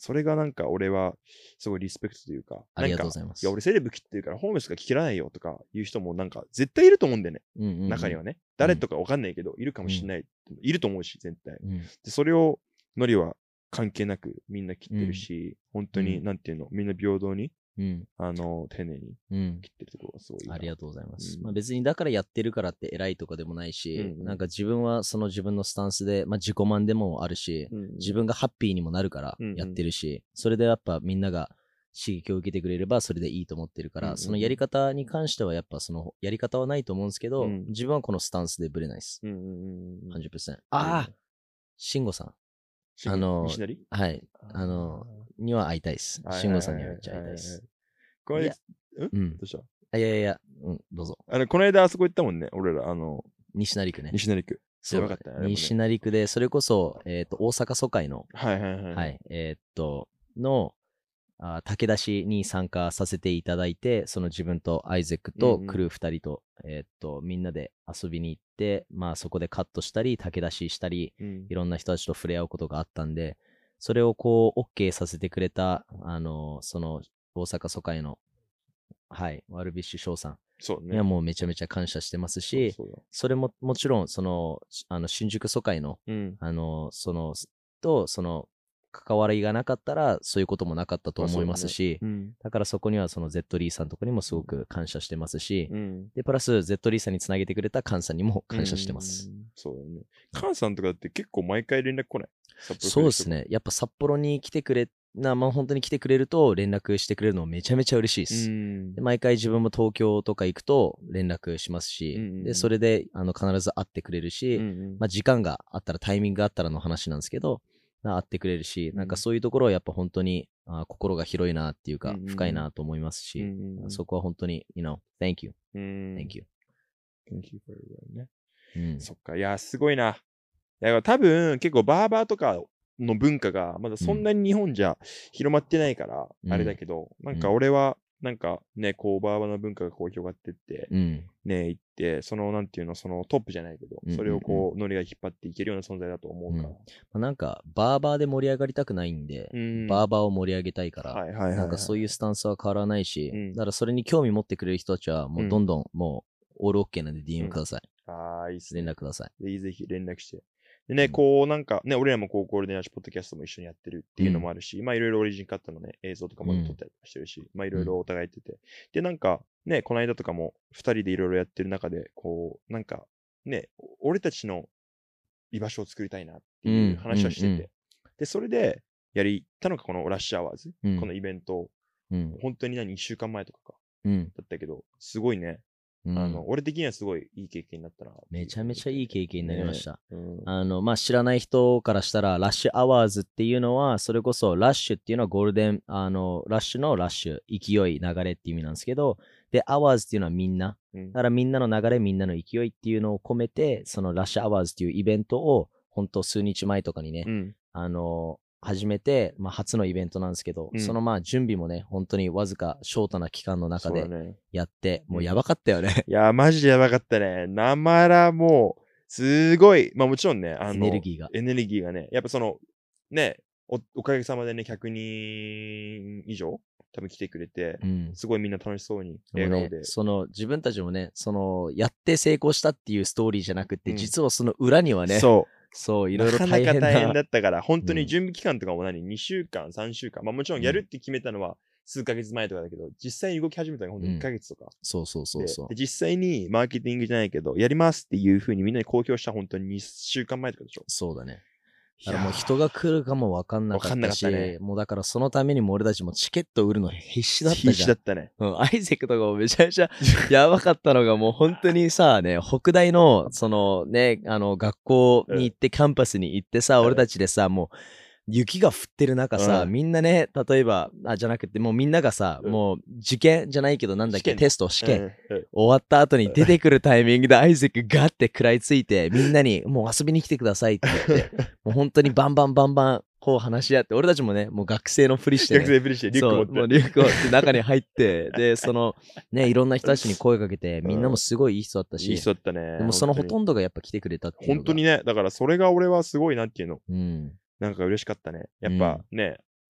それがなんか俺はすごいリスペクトというか、 ありがとうございます。 いや、俺セレブ切ってるからホームレスが聞けらないよとかいう人もなんか絶対いると思うんだよね。 うんうんうん、 中にはね。誰とかわかんないけど、いるかもしれない。いると思うし、絶対。 うん、 でそれを、ノリは関係なくみんな切ってるし、うん、本当に、うん、なんていうの、みんな平等に、うん、あの、丁寧に切ってるところがすごいいい、 うん。ありがとうございます。うん、まあ、別にだからやってるからって偉いとかでもないし、うんうん、なんか自分はその自分のスタンスで、まあ、自己満でもあるし、うんうん、自分がハッピーにもなるからやってるし、うんうん、それでやっぱみんなが刺激を受けてくれればそれでいいと思ってるから、うんうん、そのやり方に関してはやっぱそのやり方はないと思うんですけど、うん、自分はこのスタンスでブレないです。うんうんうん、はちじゅっパーセント。ああ、慎吾さん。あの、はい、あの、には会いたいです。慎吾さんにはめっちゃ会いたいです。 これ、うん、どうしたいやいやいや、うん、どうぞ。 あの、この間あそこ行ったもんね、俺ら、あの、 西成区ね。 西成区。 そうかったね。西成区で、それこそ、えっと、大阪疎開の、 はいはいはい。 はい、えっと、の、あ武田氏に参加させていただいて、その自分とアイゼックとクルーふたりと、うんうん、えー、っと、みんなで遊びに行って、まあそこでカットしたり、武田氏したり、うん、いろんな人たちと触れ合うことがあったんで、それをこう、OK させてくれた、あの、その、大阪疎開の、はい、ワルビッシュ翔さん。 そうね。 いや、もうめちゃめちゃ感謝してますし、そうそうそれももちろん、その、あの新宿疎開の、うん、あの、その、と、その、関わりがなかったらそういうこともなかったと思いますし、ねうん、だからそこにはその Z リーさんとかにもすごく感謝してますし、うん、でプラス Z リーさんにつなげてくれたカンさんにも感謝してます。 うん、そうだね。カンさんとかって結構毎回連絡来ない？ そうですね。やっぱ札幌に来てくれな、まあ本当に来てくれると連絡してくれるのめちゃめちゃ嬉しいです。で毎回自分も東京とか行くと連絡しますし、うんうん、でそれであの必ず会ってくれるし、うんうん、まあ時間があったらタイミングがあったらの話なんですけど。会ってくれるし、うん、なんかそういうところはやっぱ本当にあ心が広いなっていうか、うんうん、深いなと思いますし、うんうん、そこは本当に、you know, thank you. うん、 thank you. Thank you for your ね、うん。そっか、いや、すごいな。いや多分結構バーバーとかの文化がまだそんなに日本じゃ広まってないから、あれだけど、うん、なんか俺は、なんかね、こう、バーバーの文化がこう広がってって、うん、ね、行って、その、なんていうの、そのトップじゃないけど、うんうんうん、それをこう、ノリが引っ張っていけるような存在だと思うから。うんまあ、なんか、バーバーで盛り上がりたくないんで、うん、バーバーを盛り上げたいから、はいはいはいはい、なんかそういうスタンスは変わらないし、うん、だからそれに興味持ってくれる人たちは、もうどんどん、もう、オールオッケーなんで ディーエム ください。 うん、ああ、いいっすね。 連絡ください。 ぜひぜひ連絡して。でね、うん、こうなんかね、俺らもこうゴールデンラッシュポッドキャストも一緒にやってるっていうのもあるし、うん、まあいろいろオリジンカットのね、映像とかも撮ったりしてるし、うん、まあいろいろお互い言ってて。で、なんかね、この間とかも二人でいろいろやってる中で、こう、なんかね、俺たちの居場所を作りたいなっていう話はしてて。うんうんうん、で、それでやりたのがこのラッシュアワーズ、うん、このイベント、うん、本当に何、いっしゅうかんまえとかか、うん、だったけど、すごいね、うん、あの俺的にはすごいいい経験になったな。 めちゃめちゃいい経験になりました。ねうん、あのまあ、知らない人からしたら、ラッシュアワーズっていうのは、それこそラッシュっていうのはゴールデン、あのラッシュのラッシュ、勢い、流れっていう意味なんですけど、で、アワーズっていうのはみんな。だからみんなの流れ、みんなの勢いっていうのを込めて、そのラッシュアワーズっていうイベントを、本当数日前とかにね、うん、あの始めて、まあ、初のイベントなんですけど、うん、そのまあ準備もね、本当にわずかショートな期間の中でやって、ね、もうやばかったよね。 いや、マジでやばかったね。なまらもう、すごい、まあもちろんね、あの、 エネルギーが。 エネルギーがね、やっぱその、ね、お, おかげさまでね、ひゃくにん以上多分来てくれて、うん、すごいみんな楽しそうに笑顔で、 ね、その自分たちもね、そのやって成功したっていうストーリーじゃなくて、うん、実はその裏にはね、 そうそう、いろいろ大変な。 なかなか大変だったから、本当に準備期間とかも何、うん、にしゅうかん、さんしゅうかん。まあもちろんやるって決めたのは数ヶ月前とかだけど、実際に動き始めたのが本当にいっかげつとか。うん、 そうそうそうそうで。で、実際にマーケティングじゃないけど、やりますっていう風にみんなに公表した本当ににしゅうかんまえとかでしょ。 そうだね。だからもう人が来るかも分かんなかったし、ね、もうだからそのためにも俺たちもチケット売るの必死だったじゃん。 必死だったね。 うん、アイゼックとかもめちゃめちゃやばかったのがもう本当にさ、ね、北大のそのね、あの学校に行って、うん、キャンパスに行ってさ、俺たちでさ、もう雪が降ってる中さ、うん、みんなね、例えば、あ、じゃなくて、もうみんながさ、うん、もう受験じゃないけど、なんだっけ、テスト、試験、うん、終わった後に出てくるタイミングでアイゼックガッて食らいついて、みんなにもう遊びに来てくださいって言って、もう本当にバンバンバンバン、こう話し合って、俺たちもね、もう学生のふりして、ね、 学生ふりして、リュック持って。 もうリュック持って中に入って、で、その、ね、いろんな人たちに声かけて、みんなもすごいいい人だったし、 いい人だったね。 でもそのほとんどがやっぱ来てくれたっていうのが。 本当にね、だからそれが俺はすごいなんていうの。 うん。 なんか嬉しかったね。やっぱね、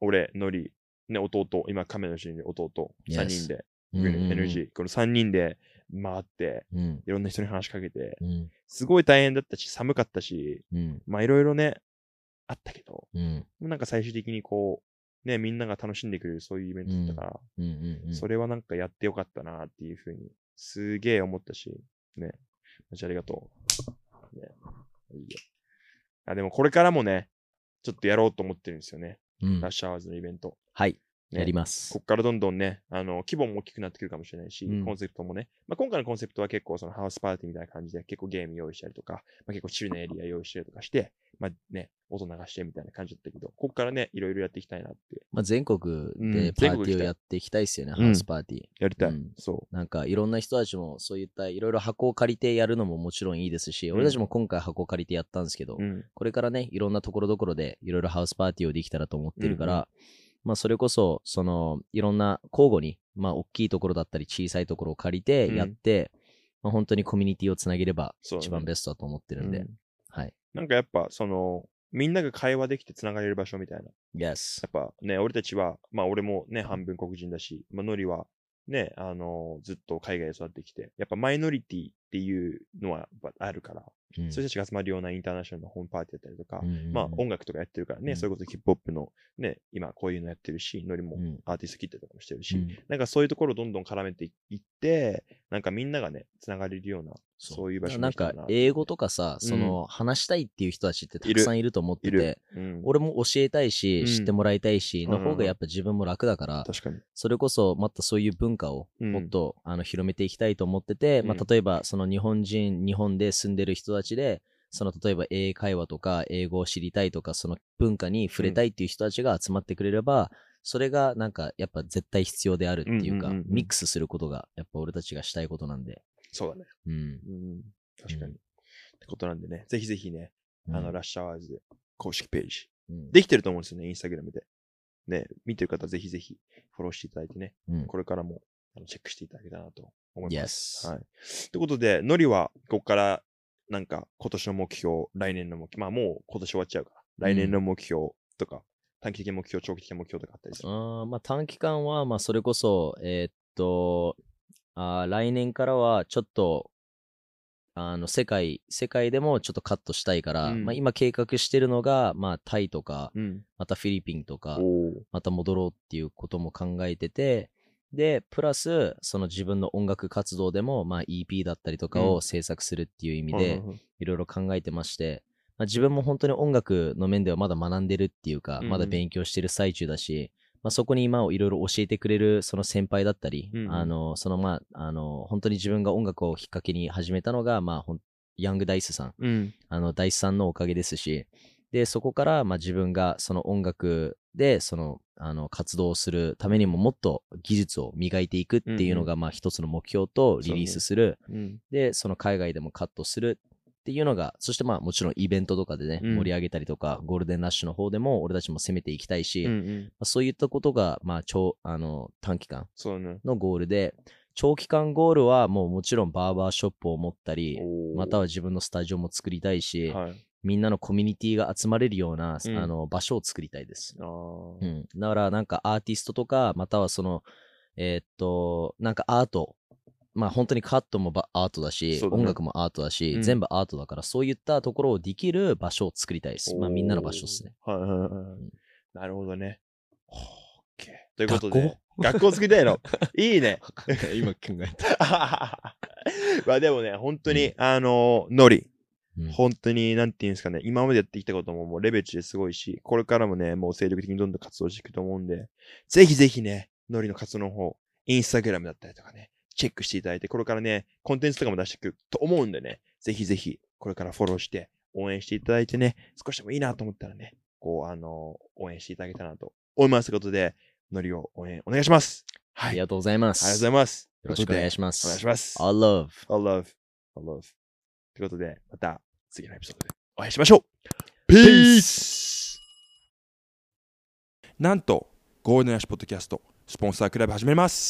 俺、ノリ、ね、弟、今カメラの後ろにいる弟、 Yes さんにんで、 うんうんうんエヌジー、このさんにんで回って、 うん。 いろんな人に話しかけて、 うん。 すごい大変だったし、寒かったし、 うん。 まあいろいろね、あったけど、 うん。 なんか最終的にこう、ね、みんなが楽しんでくれるそういうイベントだったから、 うん。うん。うん。 それはなんかやってよかったなっていうふうに、すげえ思ったし、ね、マジありがとう。ね、いいよ。あ、でもこれからもね、ちょっとやろうと思ってるんですよね。 うんラッシュアワーズのイベント。 はい。 ねやりますこ。っからどんどんね、あの、規模も大きくなってくるかもしれないし、 うんコンセプトもね、まあ、今回のコンセプトは結構そのハウスパーティーみたいな感じで結構ゲーム用意したりとか、まあ、結構チルなエリア用意したりとかして、まあね、音流してみたいな感じだったけど、こっからね、いろいろやっていきたいなってまあ、全国うんでパーティーをやっていきたいですよね、 うんハウスパーティー。 やりたい。 うんそなんかいろんな人たちもそういったいろいろ箱を借りてやるのももちろんいいですし、 うん俺たちも今回箱を借りてやったんですけど、 う。うん。 これからね、いろんなところどころでいろいろハウスパーティーをできたらと思ってるから、 うんうまあそれこそ、そのいろんな交互に、まあ大きいところだったり小さいところを借りてやって、まあ本当にコミュニティをつなげればそうだね一番ベストだと思ってるんで、 うんはい。 なんかやっぱ、その、みんなが会話できてつながれる場所みたいな。や Yes。 っぱね、俺たちは、まあ俺もね、半分黒人だし、まあノリはね、あのずっと海外で育ってきて、やっぱマイノリティっていうのはやっぱあるから、 うんそういう人たちが集まるようなインターナショナルのホームパーティーだったりとか、 うんうんうんまあ音楽とかやってるからね、 うんそれこそヒップホップのね、今こういうのやってるし、ノリもうんアーティスト切ったりとかもしてるし、 うんなんかそういうところをどんどん絡めていって、なんかみんながね、つながれるような、 そうそういう場所なんかにしたいな英語とかさ、 うんその話したいっていう人たちってたくさんいると思ってている、。うん、 俺も教えたいし、 うん知ってもらいたいし、 うんの方がやっぱ自分も楽だから、 確かに。 それこそまたそういう文化をうんもっと、あの広めていきたいと思ってて、まうんあ、例えばその日本人、日本で住んでる人たちで、その例えば英会話とか英語を知りたいとか、その文化に触れたいっていう人たちが集まってくれれば、それがなんかやっぱ絶対必要であるっていうか、 うんうんうんうんミックスすることがやっぱ俺たちがしたいことなんで。 そうだね。 うん。 うん、確かに。 うんってことなんでね、ぜひぜひね、あの、 うんラッシュアワーズ公式ページ、 うんできてると思うんですよね、インスタグラムで。ね、見てる方ぜひぜひフォローしていただいてね、 うんこれからもあのチェックしていただけたらなと思います。 Yes はい。ということで、ノリはここからなんか今年の目標、来年の目標、まあもう今年終わっちゃうから、来年の目標とか、短期的な目標、長期的な目標とかあったりする。 あーまあ短期間は、まあそれこそ、えーっと、あー来年からはちょっと、あの、世界、世界でもちょっとカットしたいから、 うんまあ今計画してるのが、まあタイとか、 うん。 またフィリピンとか、 おーまた戻ろうっていうことも考えてて、で、プラス、その自分の音楽活動でも、まあ イーピー だったりとかうを制作するっていう意味で、 うんうんうんいろいろ考えてまして、まあ、自分も本当に音楽の面ではまだ学んでるっていうか、 うんうんまだ勉強してる最中だし、まあ、そこに今をいろいろ教えてくれるその先輩だったり、 うんうんあの、そのまあ、あの、本当に自分が音楽をきっかけに始めたのが、まあ、ほんヤングダイスさん、 うん。 あの、ダイスさんのおかげですし、で、そこから、まあ、自分がその音楽で、その、あの、活動をするためにももっと技術を磨いていくっていうのが、まあ、一つの目標とリリースする。 うん。 で、その海外でもカットするっていうのが、そしてまあもちろんイベントとかでね、 うん盛り上げたりとか、ゴールデンラッシュの方でも俺たちも攻めていきたいし、まうんうん。 あ、そういったことが、まあ超、あの、短期間そうだね。 のゴールで、長期間ゴールはもうもちろんバーバーショップを持ったり、 おーまたは自分のスタジオも作りたいし、 はい。 みんなのコミュニティが集まれるような、 うんあの場所を作りたいです。 あーうん。だからなんかアーティストとか、またはその、えーっと、なんかアート、まあ本当にカットもばアートだし、 そうだね音楽もアートだし、 うん全部アートだから、そういったところをできる場所を作りたいです。まあみんなの場所ですね。 はいはいはいはい。 んなるほどね。オッケーということで、学校作りたいの。いいね。 今考えた。 まあでもね、本当に、あの、ノリ、 うん本当に、なんていうんですかね、今までやってきたことももうレベチですごいし、これからもね、もう精力的にどんどん活動していくと思うんで、ぜひぜひね、ノリの活動の方、インスタグラムだったりとかね、チェックしていただいて、これからね、コンテンツとかも出していくと思うんでね、ぜひぜひ、これからフォローして、応援していただいてね、少しでもいいなと思ったらね、こう、あの、応援していただけたらなと思いますということで、ノリを応援お願いします。はい。ありがありがとうございます。 とうございます。 よろしくお願いします。 お願いします。 I love. I love, I love. ということで、また次のエピソードでお会いしましょう。Peace! なんと、ゴールデンラッシュポッドキャスト、スポンサークラブ始めます。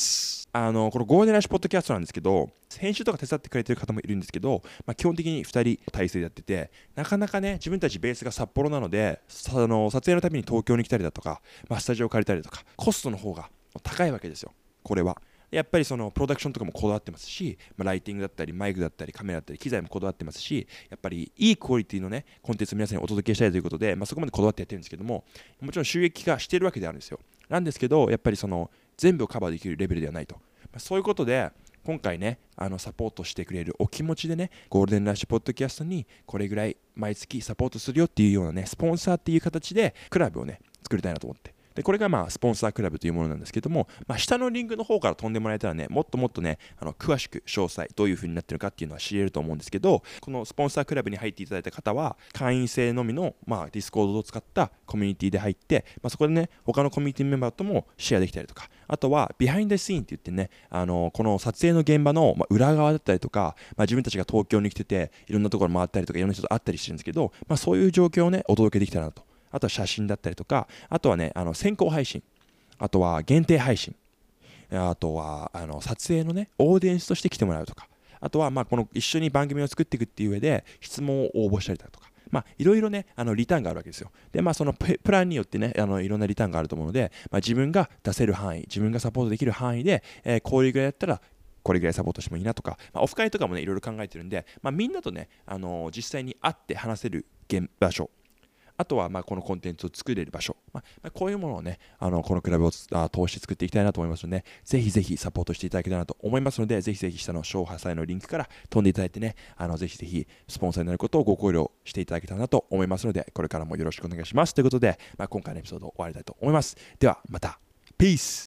あのこのゴールデンラッシュポッドキャストなんですけど、編集とか手伝ってくれてる方もいるんですけど、まあ、基本的にふたり体制でやってて、なかなかね、自分たちベースが札幌なので、あの撮影のために東京に来たりだとか、まあ、スタジオを借りたりとか、コストの方が高いわけですよ、これは。やっぱりそのプロダクションとかもこだわってますし、まあ、ライティングだったりマイクだったりカメラだったり機材もこだわってますし、やっぱりいいクオリティのねコンテンツを皆さんにお届けしたいということで、まあ、そこまでこだわってやってるんですけども、もちろん収益化してるわけであるんですよ。なんですけど、やっぱりその全部をカバーできるレベルではないと、まあ、そういうことで今回ね、あのサポートしてくれるお気持ちでね、ゴールデンラッシュポッドキャストにこれぐらい毎月サポートするよっていうようなね、スポンサーっていう形でクラブをね作りたいなと思って、でこれがまあスポンサークラブというものなんですけども、まあ、下のリンクの方から飛んでもらえたらね、もっともっとね、あの詳しく詳細どういう風になってるかっていうのは知れると思うんですけど、このスポンサークラブに入っていただいた方は会員制のみの、まあ、ディスコードを使ったコミュニティで入って、まあ、そこでね他のコミュニティメンバーともシェアできたりとか、あとはビハインドシーンって言ってね、あのこの撮影の現場の、まあ、裏側だったりとか、まあ、自分たちが東京に来てていろんなところ回ったりとかいろんな人と会ったりしてるんですけど、まあ、そういう状況をねお届けできたらなと。あとは写真だったりとか、あとはねあの先行配信、あとは限定配信、あとはあの撮影のねオーディエンスとして来てもらうとか、あとはまあこの一緒に番組を作っていくっていう上で質問を応募したりだとか、まあいろいろねあのリターンがあるわけですよ。でまあそのプランによってねあのいろんなリターンがあると思うので、まあ、自分が出せる範囲、自分がサポートできる範囲で、えー、これぐらいやったらこれぐらいサポートしてもいいなとか、まあ、オフ会とかもねいろいろ考えてるんで、まあ、みんなとね、あのー、実際に会って話せる場所、あとはまあこのコンテンツを作れる場所、まあ、こういうものをねあのこのクラブを通して作っていきたいなと思いますので、ぜひぜひサポートしていただけたらなと思いますので、ぜひぜひ下の詳細のリンクから飛んでいただいてね、あのぜひぜひスポンサーになることをご考慮していただけたらなと思いますので、これからもよろしくお願いしますということで、まあ、今回のエピソードを終わりたいと思います。ではまた、ピース。